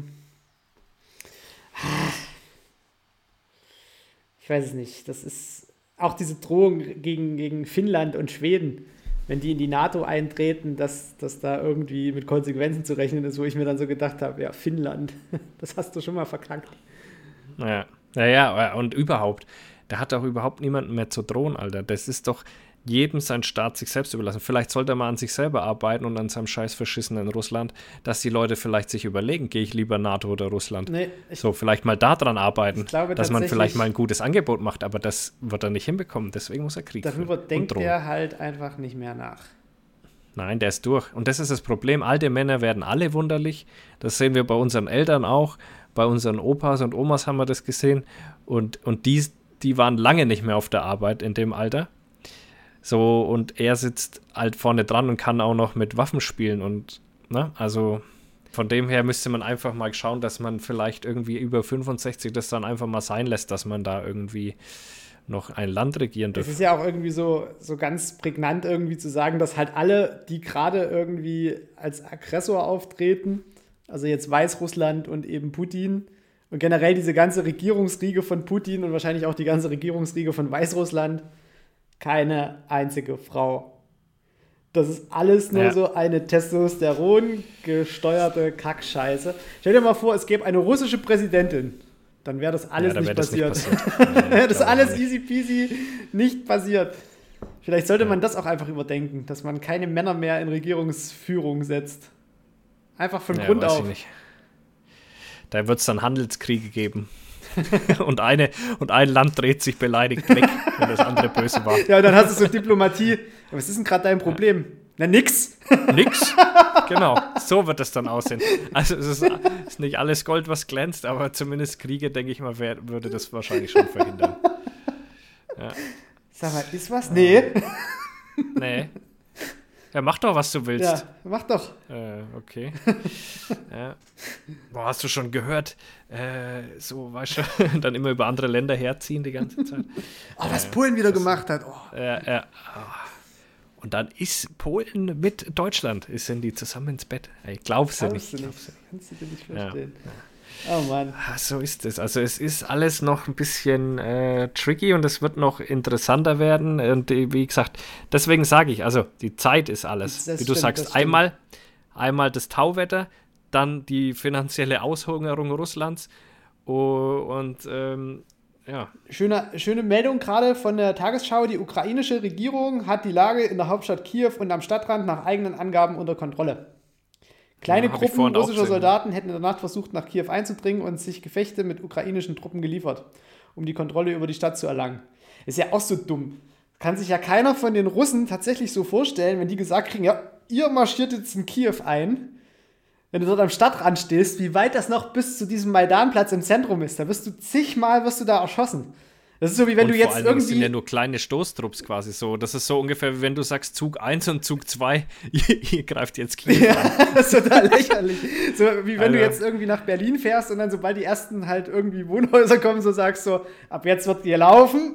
Ich weiß es nicht. Das ist auch diese Drohung gegen Finnland und Schweden, wenn die in die NATO eintreten, dass da irgendwie mit Konsequenzen zu rechnen ist, wo ich mir dann so gedacht habe, ja, Finnland, das hast du schon mal verkackt. Ja, und überhaupt, da hat auch überhaupt niemanden mehr zu drohen, Alter. Das ist doch, jedem sein Staat sich selbst überlassen. Vielleicht sollte er mal an sich selber arbeiten und an seinem scheiß verschissenen Russland, dass die Leute vielleicht sich überlegen, gehe ich lieber NATO oder Russland? Nee, so, vielleicht mal daran arbeiten, dass man vielleicht mal ein gutes Angebot macht, aber das wird er nicht hinbekommen, deswegen muss er Krieg führen. Darüber denkt er halt einfach nicht mehr nach. Nein, der ist durch. Und das ist das Problem. Alte Männer werden alle wunderlich. Das sehen wir bei unseren Eltern auch. Bei unseren Opas und Omas haben wir das gesehen. Und die waren lange nicht mehr auf der Arbeit in dem Alter. So, und er sitzt halt vorne dran und kann auch noch mit Waffen spielen. Und, ne, also von dem her müsste man einfach mal schauen, dass man vielleicht irgendwie über 65 das dann einfach mal sein lässt, dass man da irgendwie noch ein Land regieren dürfen. Es ist ja auch irgendwie so ganz prägnant irgendwie zu sagen, dass halt alle, die gerade irgendwie als Aggressor auftreten, also jetzt Weißrussland und eben Putin und generell diese ganze Regierungsriege von Putin und wahrscheinlich auch die ganze Regierungsriege von Weißrussland, keine einzige Frau. Das ist alles nur so eine Testosteron gesteuerte Kackscheiße. Stell dir mal vor, es gäbe eine russische Präsidentin. Dann wäre das alles nicht passiert. Dann wäre das alles easy peasy nicht passiert. Vielleicht sollte man das auch einfach überdenken, dass man keine Männer mehr in Regierungsführung setzt. Einfach von Grund auf. Ich nicht. Da wird es dann Handelskriege geben. und ein Land dreht sich beleidigt weg, wenn das andere böse war. Ja, und dann hast du so Diplomatie. Was ist denn gerade dein Problem? Na, nix. Nix? Genau, so wird es dann aussehen. Also es ist nicht alles Gold, was glänzt, aber zumindest Kriege, denke ich mal, würde das wahrscheinlich schon verhindern. Ja. Sag mal, ist was? Nee. Nee. Ja, mach doch, was du willst. Ja, mach doch. Okay. Ja. Boah, hast du schon gehört? So, weißt du, dann immer über andere Länder herziehen die ganze Zeit. Was Polen wieder gemacht hat. Oh. Und dann ist Polen mit Deutschland, sind die zusammen ins Bett. Ich glaub's ja nicht. Kannst du dir nicht verstehen. Ja. Oh Mann. So ist es. Also es ist alles noch ein bisschen tricky und es wird noch interessanter werden. Und wie gesagt, deswegen sage ich, also die Zeit ist alles. Wie du sagst, einmal das Tauwetter, dann die finanzielle Aushungerung Russlands und ja. Schöne Meldung gerade von der Tagesschau. Die ukrainische Regierung hat die Lage in der Hauptstadt Kiew und am Stadtrand nach eigenen Angaben unter Kontrolle. Kleine Gruppen russischer Soldaten hätten in der Nacht versucht, nach Kiew einzudringen und sich Gefechte mit ukrainischen Truppen geliefert, um die Kontrolle über die Stadt zu erlangen. Ist ja auch so dumm. Kann sich ja keiner von den Russen tatsächlich so vorstellen, wenn die gesagt kriegen, ja, ihr marschiert jetzt in Kiew ein, wenn du dort am Stadtrand stehst, wie weit das noch bis zu diesem Maidanplatz im Zentrum ist. Da wirst du da erschossen. Das ist so, wie wenn du jetzt irgendwie... Das sind ja nur kleine Stoßtrupps quasi so. Das ist so ungefähr, wie wenn du sagst, Zug 1 und Zug 2, ihr greift jetzt Kiew an. Das ist total lächerlich. So wie wenn du jetzt irgendwie nach Berlin fährst und dann, sobald die ersten halt irgendwie Wohnhäuser kommen, so sagst so, ab jetzt wird ihr laufen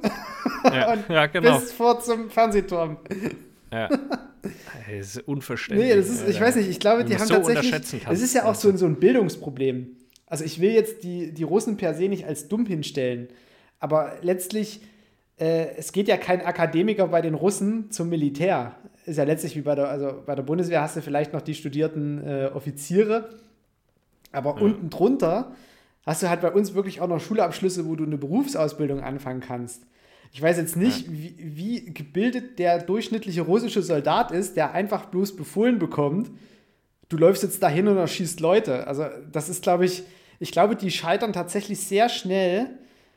ja, genau. bis vor zum Fernsehturm. Ja. Das ist unverständlich. Nee, das ist, ich weiß nicht, ich glaube, die haben so tatsächlich... Es ist ja auch so ein Bildungsproblem. Also ich will jetzt die Russen per se nicht als dumm hinstellen, aber letztlich, es geht ja kein Akademiker bei den Russen zum Militär. Ist ja letztlich wie bei der Bundeswehr hast du vielleicht noch die studierten Offiziere, aber unten drunter hast du halt bei uns wirklich auch noch Schulabschlüsse, wo du eine Berufsausbildung anfangen kannst. Ich weiß jetzt nicht, wie gebildet der durchschnittliche russische Soldat ist, der einfach bloß befohlen bekommt, du läufst jetzt dahin und erschießt Leute. Also das ist, glaube ich, die scheitern tatsächlich sehr schnell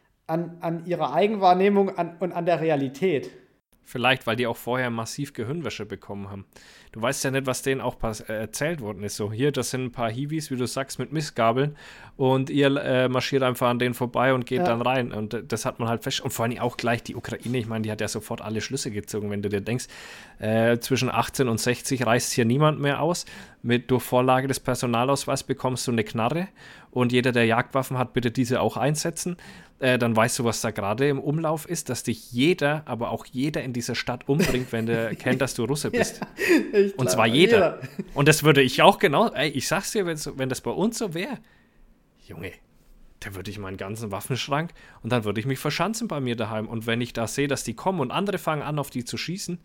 an ihrer Eigenwahrnehmung und an der Realität. Vielleicht, weil die auch vorher massiv Gehirnwäsche bekommen haben. Du weißt ja nicht, was denen auch erzählt worden ist. So, hier, das sind ein paar Hiwis, wie du sagst, mit Mistgabeln und ihr marschiert einfach an denen vorbei und geht dann rein. Und das hat man halt fest. Und vor allem auch gleich die Ukraine, ich meine, die hat ja sofort alle Schlüsse gezogen, wenn du dir denkst, zwischen 18 und 60 reißt hier niemand mehr aus. Durch Vorlage des Personalausweises bekommst du eine Knarre und jeder, der Jagdwaffen hat, bitte diese auch einsetzen. Dann weißt du, was da gerade im Umlauf ist, dass dich aber auch jeder in dieser Stadt umbringt, wenn der kennt, dass du Russe bist. Ja, und zwar jeder. Und das würde ich auch genau, ich sag's dir, wenn das bei uns so wäre, Junge, da würde ich meinen ganzen Waffenschrank und dann würde ich mich verschanzen bei mir daheim. Und wenn ich da sehe, dass die kommen und andere fangen an, auf die zu schießen,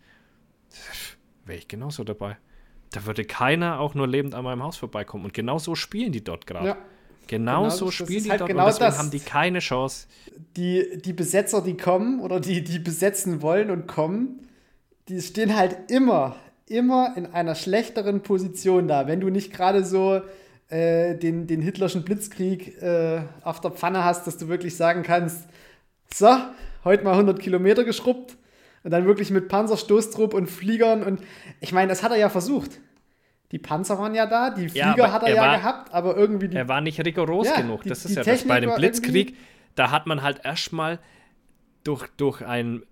wäre ich genauso dabei. Da würde keiner auch nur lebend an meinem Haus vorbeikommen. Und genau so spielen die dort gerade. Ja. Genau so spielen die halt dort und deswegen haben die keine Chance. Die Besetzer, die kommen oder die besetzen wollen und kommen, die stehen halt immer in einer schlechteren Position da. Wenn du nicht gerade so den Hitlerschen Blitzkrieg auf der Pfanne hast, dass du wirklich sagen kannst, so, heute mal 100 Kilometer geschrubbt und dann wirklich mit Panzerstoßtrupp und Fliegern und ich meine, das hat er ja versucht. Die Panzer waren ja da, die Flieger hat er ja gehabt, aber irgendwie er war nicht rigoros genug. Das ist ja das. Bei dem Blitzkrieg, da hat man halt erstmal durch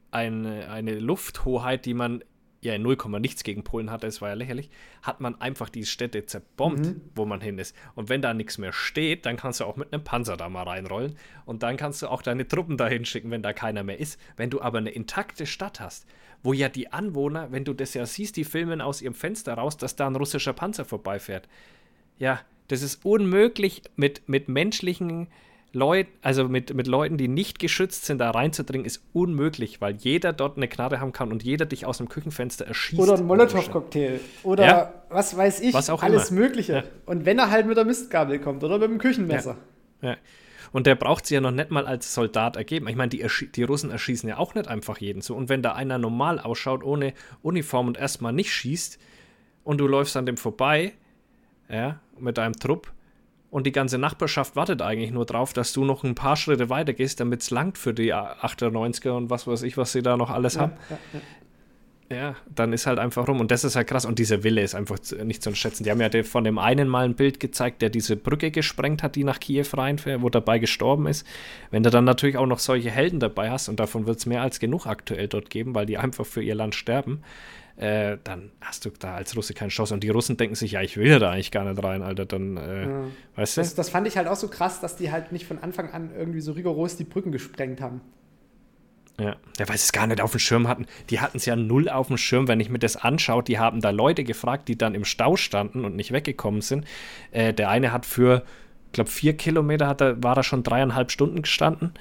eine Lufthoheit, die man ja in 0, nichts gegen Polen hatte, es war ja lächerlich, hat man einfach die Städte zerbombt, wo man hin ist. Und wenn da nichts mehr steht, dann kannst du auch mit einem Panzer da mal reinrollen und dann kannst du auch deine Truppen da hinschicken, wenn da keiner mehr ist. Wenn du aber eine intakte Stadt hast, wo ja die Anwohner, wenn du das ja siehst, die filmen aus ihrem Fenster raus, dass da ein russischer Panzer vorbeifährt. Ja, das ist unmöglich mit menschlichen Leuten, also mit Leuten, die nicht geschützt sind, da reinzudringen, ist unmöglich, weil jeder dort eine Knarre haben kann und jeder dich aus dem Küchenfenster erschießt. Oder ein Molotow-Cocktail. Oder was weiß ich, was auch alles immer. Mögliche. Ja. Und wenn er halt mit der Mistgabel kommt oder mit dem Küchenmesser. Ja. Und der braucht sie ja noch nicht mal als Soldat ergeben. Ich meine, die Russen erschießen ja auch nicht einfach jeden so. Und wenn da einer normal ausschaut, ohne Uniform und erstmal nicht schießt und du läufst an dem vorbei, ja, mit deinem Trupp, und die ganze Nachbarschaft wartet eigentlich nur drauf, dass du noch ein paar Schritte weiter gehst, damit es langt für die 98er und was weiß ich, was sie da noch alles haben. Ja, dann ist halt einfach rum. Und das ist halt krass. Und dieser Wille ist einfach nicht zu unterschätzen. Die haben ja von dem einen mal ein Bild gezeigt, der diese Brücke gesprengt hat, die nach Kiew reinfährt, wo dabei gestorben ist. Wenn du dann natürlich auch noch solche Helden dabei hast, und davon wird es mehr als genug aktuell dort geben, weil die einfach für ihr Land sterben, dann hast du da als Russe keine Chance. Und die Russen denken sich, ja, ich will ja da eigentlich gar nicht rein, Alter. Dann, weißt du? Das fand ich halt auch so krass, dass die halt nicht von Anfang an irgendwie so rigoros die Brücken gesprengt haben. Ja, weil sie es gar nicht auf dem Schirm hatten. Die hatten es ja null auf dem Schirm, wenn ich mir das anschaue. Die haben da Leute gefragt, die dann im Stau standen und nicht weggekommen sind. Der eine hat für, ich glaube, 4 Kilometer war er schon 3,5 Stunden gestanden.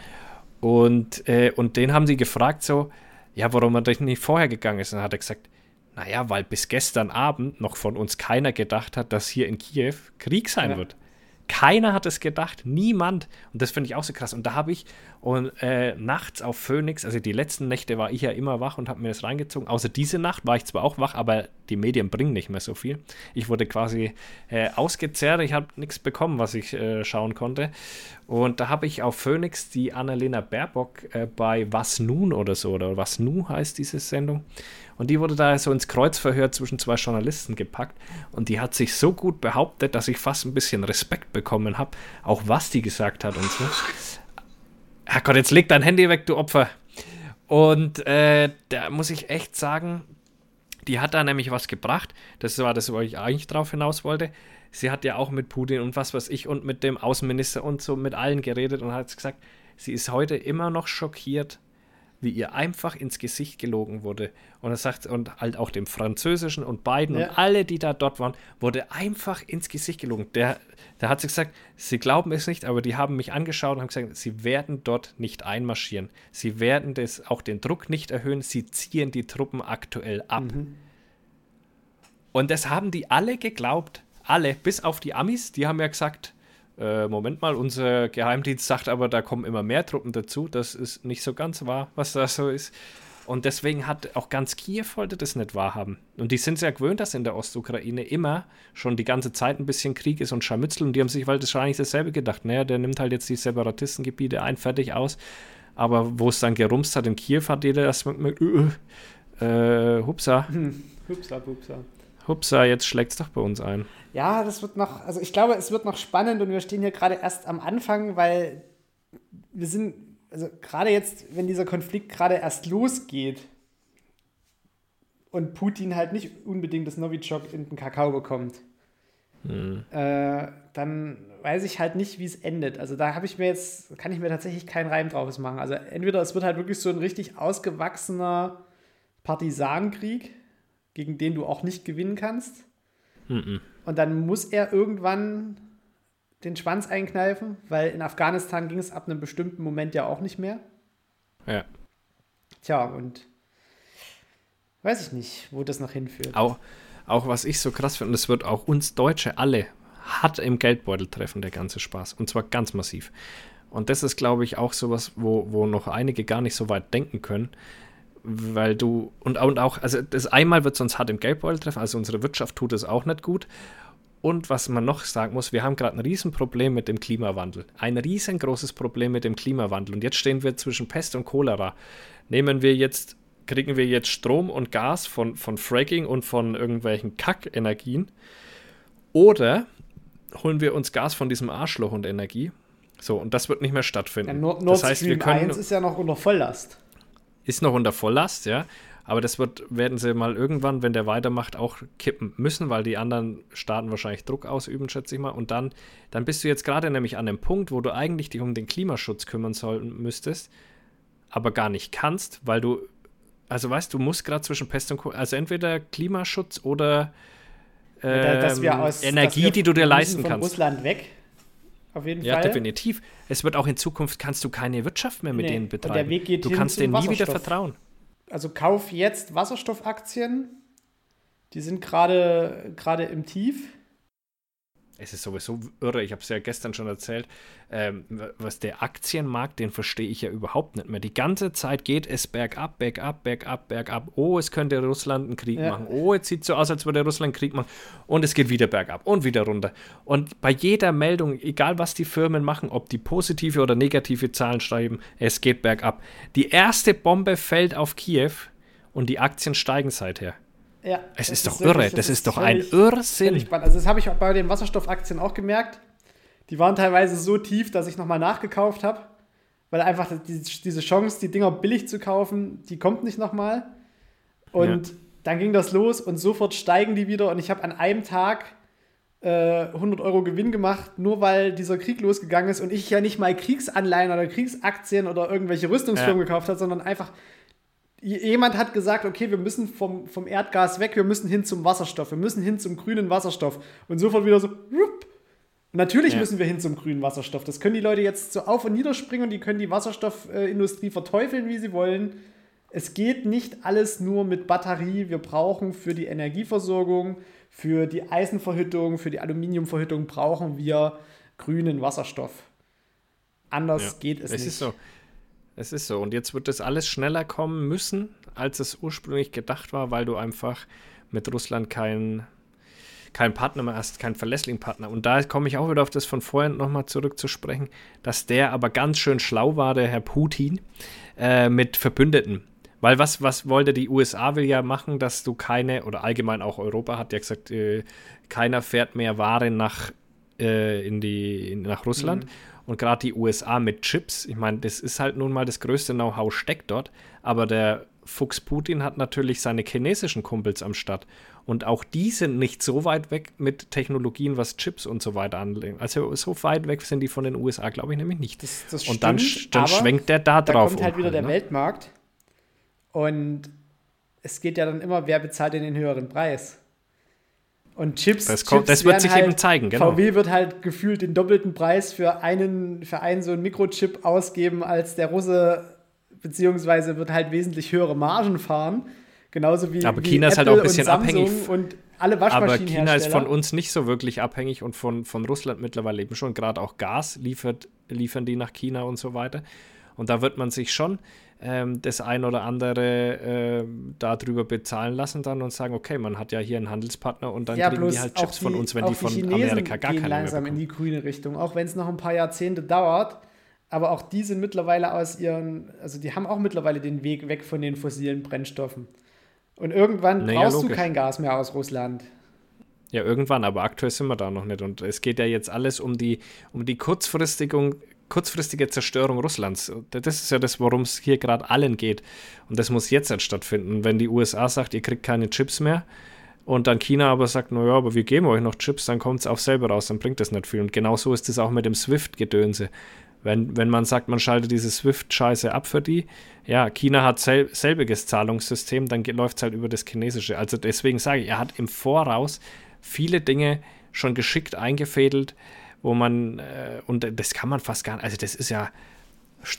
Und den haben sie gefragt so, ja, warum er nicht vorher gegangen ist. Und dann hat er gesagt, naja, weil bis gestern Abend noch von uns keiner gedacht hat, dass hier in Kiew Krieg sein wird. Keiner hat es gedacht, niemand. Und das finde ich auch so krass. Und da habe ich nachts auf Phoenix, also die letzten Nächte war ich ja immer wach und habe mir das reingezogen. Außer diese Nacht war ich zwar auch wach, aber die Medien bringen nicht mehr so viel. Ich wurde quasi ausgezehrt, ich habe nichts bekommen, was ich schauen konnte. Und da habe ich auf Phoenix die Annalena Baerbock bei Was Nun oder so, oder Was Nu heißt diese Sendung. Und die wurde da so ins Kreuzverhör zwischen 2 Journalisten gepackt. Und die hat sich so gut behauptet, dass ich fast ein bisschen Respekt bekommen habe, auch was die gesagt hat und so. Herrgott, jetzt leg dein Handy weg, du Opfer. Und da muss ich echt sagen, die hat da nämlich was gebracht. Das war das, wo ich eigentlich drauf hinaus wollte. Sie hat ja auch mit Putin und was weiß ich und mit dem Außenminister und so mit allen geredet und hat gesagt, sie ist heute immer noch schockiert, wie ihr einfach ins Gesicht gelogen wurde. Und er sagt, und halt auch dem Französischen und beiden und alle, die da dort waren, wurde einfach ins Gesicht gelogen. Der hat sie gesagt, sie glauben es nicht, aber die haben mich angeschaut und haben gesagt, sie werden dort nicht einmarschieren. Sie werden auch den Druck nicht erhöhen, sie ziehen die Truppen aktuell ab. Und das haben die alle geglaubt. Alle, bis auf die Amis, die haben ja gesagt, Moment mal, unser Geheimdienst sagt aber, da kommen immer mehr Truppen dazu. Das ist nicht so ganz wahr, was da so ist. Und deswegen hat auch ganz Kiew wollte das nicht wahrhaben. Und die sind sehr gewöhnt, dass in der Ostukraine immer schon die ganze Zeit ein bisschen Krieg ist und Scharmützel. Und die haben sich wahrscheinlich dasselbe gedacht. Naja, der nimmt halt jetzt die Separatistengebiete ein, fertig aus. Aber wo es dann gerumst hat in Kiew, hat jeder erstmal hupsa. Hupsa, jetzt schlägt es doch bei uns ein. Ja, das wird noch, also ich glaube, es wird noch spannend und wir stehen hier gerade erst am Anfang, weil wir sind, also gerade jetzt, wenn dieser Konflikt gerade erst losgeht und Putin halt nicht unbedingt das Novichok in den Kakao bekommt, dann weiß ich halt nicht, wie es endet. Also da kann ich mir tatsächlich keinen Reim drauf machen. Also entweder es wird halt wirklich so ein richtig ausgewachsener Partisanenkrieg, gegen den du auch nicht gewinnen kannst. Und dann muss er irgendwann den Schwanz einkneifen, weil in Afghanistan ging es ab einem bestimmten Moment ja auch nicht mehr. Ja. Tja, und weiß ich nicht, wo das noch hinführt. Auch was ich so krass finde, und das wird auch uns Deutsche alle hart im Geldbeutel treffen, der ganze Spaß. Und zwar ganz massiv. Und das ist, glaube ich, auch sowas, wo noch einige gar nicht so weit denken können. weil und auch, also das einmal wird es uns hart im Geldbeutel treffen, also unsere Wirtschaft tut es auch nicht gut. Und was man noch sagen muss, wir haben gerade ein Riesenproblem mit dem Klimawandel. Ein riesengroßes Problem mit dem Klimawandel. Und jetzt stehen wir zwischen Pest und Cholera. Kriegen wir jetzt Strom und Gas von Fracking und von irgendwelchen Kackenergien? Oder holen wir uns Gas von diesem Arschloch und Energie? So, und das wird nicht mehr stattfinden. Ja, Nord das heißt, Stream 1 ist ja noch unter Volllast. Ist noch unter Volllast, ja. Aber das werden sie mal irgendwann, wenn der weitermacht, auch kippen müssen, weil die anderen Staaten wahrscheinlich Druck ausüben, schätze ich mal. Und dann bist du jetzt gerade nämlich an dem Punkt, wo du eigentlich dich um den Klimaschutz kümmern müsstest, aber gar nicht kannst, weil du, also weißt du, musst gerade zwischen Pest und also entweder Klimaschutz oder Energie, die du dir leisten kannst. Von Russland weg, auf jeden Fall. Ja, definitiv. Es wird auch in Zukunft, kannst du keine Wirtschaft mehr mit denen betreiben. Der Weg geht du kannst denen nie wieder vertrauen. Also kauf jetzt Wasserstoffaktien. Die sind gerade im Tief. Es ist sowieso irre, ich habe es ja gestern schon erzählt, was der Aktienmarkt, den verstehe ich ja überhaupt nicht mehr. Die ganze Zeit geht es bergab, bergab, bergab, bergab. Oh, es könnte Russland einen Krieg machen. Oh, jetzt sieht es so aus, als würde Russland einen Krieg machen. Und es geht wieder bergab und wieder runter. Und bei jeder Meldung, egal was die Firmen machen, ob die positive oder negative Zahlen schreiben, es geht bergab. Die erste Bombe fällt auf Kiew und die Aktien steigen seither. Ja, es ist doch irre, das ist doch ein Irrsinn. Also das habe ich bei den Wasserstoffaktien auch gemerkt. Die waren teilweise so tief, dass ich nochmal nachgekauft habe, weil einfach diese Chance, die Dinger billig zu kaufen, die kommt nicht nochmal. Und dann ging das los und sofort steigen die wieder und ich habe an einem Tag 100 € Gewinn gemacht, nur weil dieser Krieg losgegangen ist und ich ja nicht mal Kriegsanleihen oder Kriegsaktien oder irgendwelche Rüstungsfirmen gekauft habe, sondern einfach jemand hat gesagt, okay, wir müssen vom Erdgas weg, wir müssen hin zum Wasserstoff, wir müssen hin zum grünen Wasserstoff. Und sofort wieder so, natürlich müssen wir hin zum grünen Wasserstoff. Das können die Leute jetzt so auf- und niederspringen und die können die Wasserstoffindustrie verteufeln, wie sie wollen. Es geht nicht alles nur mit Batterie. Wir brauchen für die Energieversorgung, für die Eisenverhüttung, für die Aluminiumverhüttung brauchen wir grünen Wasserstoff. Anders geht es nicht. Ist so. Es ist so. Und jetzt wird das alles schneller kommen müssen, als es ursprünglich gedacht war, weil du einfach mit Russland keinen Partner mehr hast, keinen verlässlichen Partner. Und da komme ich auch wieder auf das von vorhin nochmal zurückzusprechen, dass der aber ganz schön schlau war, der Herr Putin, mit Verbündeten. Weil was wollte die USA will ja machen, dass du oder allgemein auch Europa hat ja gesagt, keiner fährt mehr Ware nach Russland. Und gerade die USA mit Chips, ich meine, das ist halt nun mal das größte Know-how steckt dort, aber der Fuchs Putin hat natürlich seine chinesischen Kumpels am Start. Und auch die sind nicht so weit weg mit Technologien, was Chips und so weiter anlegen. Also so weit weg sind die von den USA, glaube ich, nämlich nicht. Das und dann schwenkt der da drauf. Da kommt halt wieder der Weltmarkt. Und es geht ja dann immer, wer bezahlt denn den höheren Preis? Und Chips wird sich halt eben zeigen, genau. VW wird halt gefühlt den doppelten Preis für einen so einen Mikrochip ausgeben als der Russe, beziehungsweise wird halt wesentlich höhere Margen fahren. Genauso wie aber China wie ist halt auch ein bisschen abhängig. Und alle Waschmaschinenhersteller. Aber China ist von uns nicht so wirklich abhängig und von Russland mittlerweile eben schon. Gerade auch Gas liefern die nach China und so weiter. Und da wird man sich schon das ein oder andere darüber bezahlen lassen dann und sagen, okay, man hat ja hier einen Handelspartner und dann kriegen die halt Chips von uns, wenn die von Amerika gar keine mehr langsam in die grüne Richtung, auch wenn es noch ein paar Jahrzehnte dauert. Aber auch die sind mittlerweile die haben auch mittlerweile den Weg weg von den fossilen Brennstoffen. Und irgendwann brauchst du kein Gas mehr aus Russland. Ja, irgendwann, aber aktuell sind wir da noch nicht. Und es geht ja jetzt alles um die kurzfristige Zerstörung Russlands. Das ist ja das, worum es hier gerade allen geht. Und das muss jetzt stattfinden. Wenn die USA sagt, ihr kriegt keine Chips mehr und dann China aber sagt, naja, aber wir geben euch noch Chips, dann kommt es auch selber raus, dann bringt das nicht viel. Und genauso ist es auch mit dem SWIFT-Gedönse. Wenn man sagt, man schaltet diese SWIFT-Scheiße ab für die, ja, China hat selbiges Zahlungssystem, dann läuft es halt über das Chinesische. Also deswegen sage ich, er hat im Voraus viele Dinge schon geschickt eingefädelt, wo man, und das kann man fast gar nicht, also das ist ja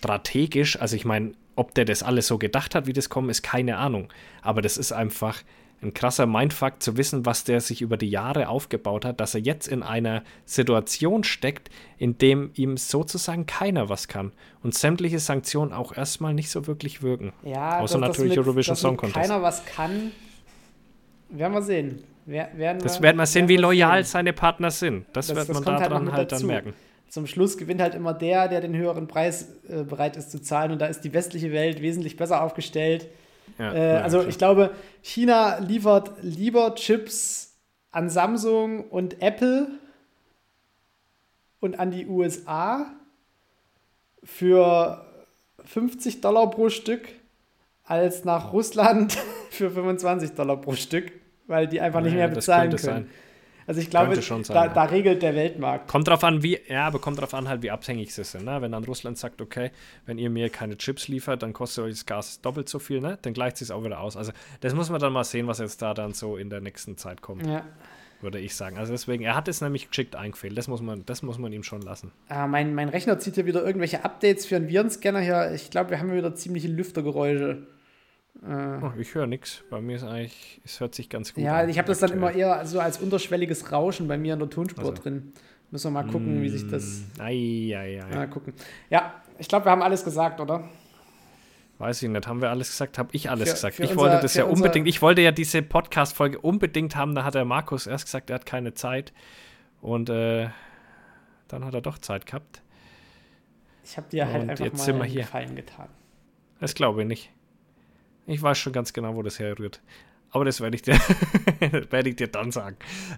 strategisch, also ich meine, ob der das alles so gedacht hat, wie das kommt, ist keine Ahnung, aber das ist einfach ein krasser Mindfuck zu wissen, was der sich über die Jahre aufgebaut hat, dass er jetzt in einer Situation steckt, in dem ihm sozusagen keiner was kann und sämtliche Sanktionen auch erstmal nicht so wirklich wirken. Ja, außer natürlich Eurovision Song Contest. Keiner was kann, werden wir sehen. Werden wir sehen, wie loyal seine Partner sind. Das wird man daran halt dann merken. Zum Schluss gewinnt halt immer der den höheren Preis bereit ist zu zahlen. Und da ist die westliche Welt wesentlich besser aufgestellt. Ja, also ich glaube, China liefert lieber Chips an Samsung und Apple und an die USA für $50 pro Stück als nach Russland für $25 pro Stück, weil die einfach nicht mehr bezahlen können. Sein. Also ich glaube, da regelt der Weltmarkt. Kommt drauf an, wie abhängig sie sind. Ne? Wenn dann Russland sagt, okay, wenn ihr mir keine Chips liefert, dann kostet euch das Gas doppelt so viel, ne? Dann gleicht es auch wieder aus. Also das muss man dann mal sehen, was jetzt da dann so in der nächsten Zeit kommt, würde ich sagen. Also deswegen, er hat es nämlich geschickt eingefehlt. Das muss man ihm schon lassen. Mein Rechner zieht hier wieder irgendwelche Updates für einen Virenscanner hier. Ich glaube, wir haben wieder ziemliche Lüftergeräusche. Ich höre nichts. Bei mir ist eigentlich, es hört sich ganz gut an. Ja, ich habe das dann immer eher so als unterschwelliges Rauschen bei mir in der Tonspur drin. Müssen wir mal gucken, wie sich das... Mal gucken. Ja, ich glaube, wir haben alles gesagt, oder? Weiß ich nicht. Haben wir alles gesagt? Habe ich alles gesagt? Ich wollte ja diese Podcast-Folge unbedingt haben. Da hat der Markus erst gesagt, er hat keine Zeit. Und dann hat er doch Zeit gehabt. Ich habe dir halt einfach mal einen Gefallen getan. Das glaube ich nicht. Ich weiß schon ganz genau, wo das herrührt. Aber das werde ich dir dann sagen.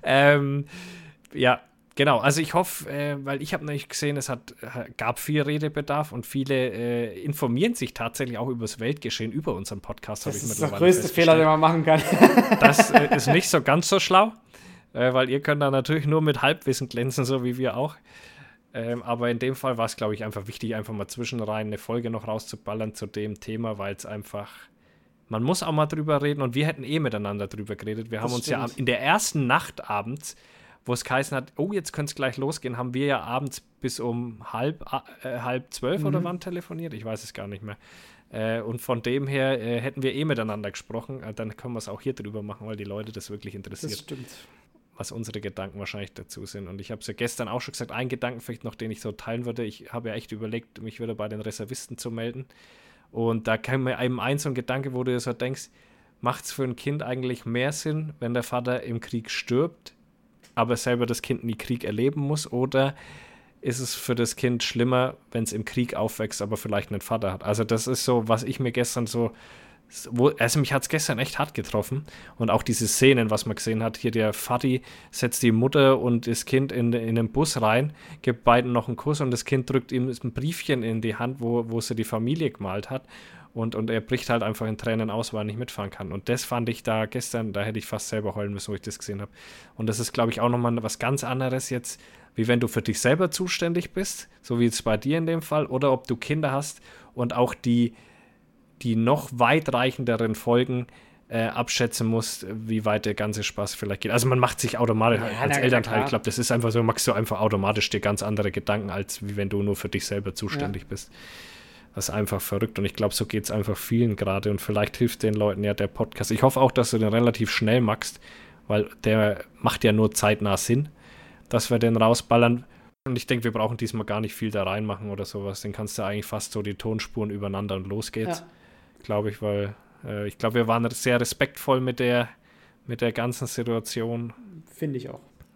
Ja, genau. Also ich hoffe, weil ich habe nämlich gesehen, gab viel Redebedarf und viele informieren sich tatsächlich auch über das Weltgeschehen, über unseren Podcast. Das ist der größte Fehler, den man machen kann. Das ist nicht so ganz so schlau, weil ihr könnt da natürlich nur mit Halbwissen glänzen, so wie wir auch. Aber in dem Fall war es, glaube ich, einfach wichtig, einfach mal zwischenrein eine Folge noch rauszuballern zu dem Thema, weil es einfach... Man muss auch mal drüber reden und wir hätten miteinander drüber geredet. Wir haben uns ja in der ersten Nacht abends, wo es geheißen hat, oh, jetzt könnte es gleich losgehen, haben wir ja abends bis um halb 12 oder wann telefoniert? Ich weiß es gar nicht mehr. Und von dem her hätten wir miteinander gesprochen. Dann können wir es auch hier drüber machen, weil die Leute das wirklich interessiert. Das stimmt. Was unsere Gedanken wahrscheinlich dazu sind. Und ich habe es ja gestern auch schon gesagt, ein Gedanken vielleicht noch, den ich so teilen würde. Ich habe ja echt überlegt, mich wieder bei den Reservisten zu melden. Und da kam mir eben so ein Gedanke, wo du dir so denkst, macht es für ein Kind eigentlich mehr Sinn, wenn der Vater im Krieg stirbt, aber selber das Kind nie Krieg erleben muss? Oder ist es für das Kind schlimmer, wenn es im Krieg aufwächst, aber vielleicht einen Vater hat? Also das ist so, was ich mir gestern mich hat es gestern echt hart getroffen. Und auch diese Szenen, was man gesehen hat, hier der Vati setzt die Mutter und das Kind in den Bus rein, gibt beiden noch einen Kuss und das Kind drückt ihm ein Briefchen in die Hand, wo sie die Familie gemalt hat. Und er bricht halt einfach in Tränen aus, weil er nicht mitfahren kann. Und das fand ich da gestern, da hätte ich fast selber heulen müssen, wo ich das gesehen habe. Und das ist, glaube ich, auch nochmal was ganz anderes jetzt, wie wenn du für dich selber zuständig bist, so wie es bei dir in dem Fall, oder ob du Kinder hast und auch die noch weitreichenderen Folgen abschätzen musst, wie weit der ganze Spaß vielleicht geht. Also man macht sich automatisch, als Elternteil, ich glaube, das ist einfach so, machst du einfach automatisch dir ganz andere Gedanken, als wie wenn du nur für dich selber zuständig bist. Das ist einfach verrückt und ich glaube, so geht es einfach vielen gerade und vielleicht hilft den Leuten ja der Podcast. Ich hoffe auch, dass du den relativ schnell machst, weil der macht ja nur zeitnah Sinn, dass wir den rausballern. Und ich denke, wir brauchen diesmal gar nicht viel da reinmachen oder sowas. Den kannst du eigentlich fast so die Tonspuren übereinander und los geht's. Ja. Glaube ich, weil ich glaube, wir waren sehr respektvoll mit der ganzen Situation. Finde ich auch.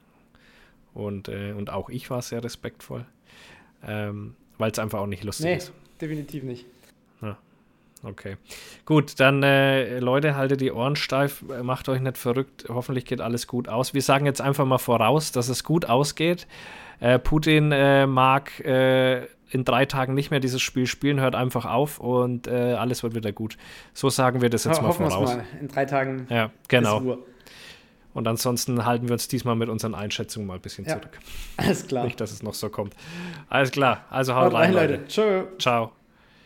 Und auch ich war sehr respektvoll, weil es einfach auch nicht lustig ist. Definitiv nicht. Ja. Okay. Gut, dann Leute, haltet die Ohren steif, macht euch nicht verrückt. Hoffentlich geht alles gut aus. Wir sagen jetzt einfach mal voraus, dass es gut ausgeht. Putin mag in 3 Tagen nicht mehr dieses Spiel spielen, hört einfach auf und alles wird wieder gut. So sagen wir das jetzt mal voraus. Mal. In 3 Tagen. Ja, genau. Und ansonsten halten wir uns diesmal mit unseren Einschätzungen mal ein bisschen zurück. Alles klar. Nicht, dass es noch so kommt. Alles klar. Also haut rein, Leute. Ciao. Ciao.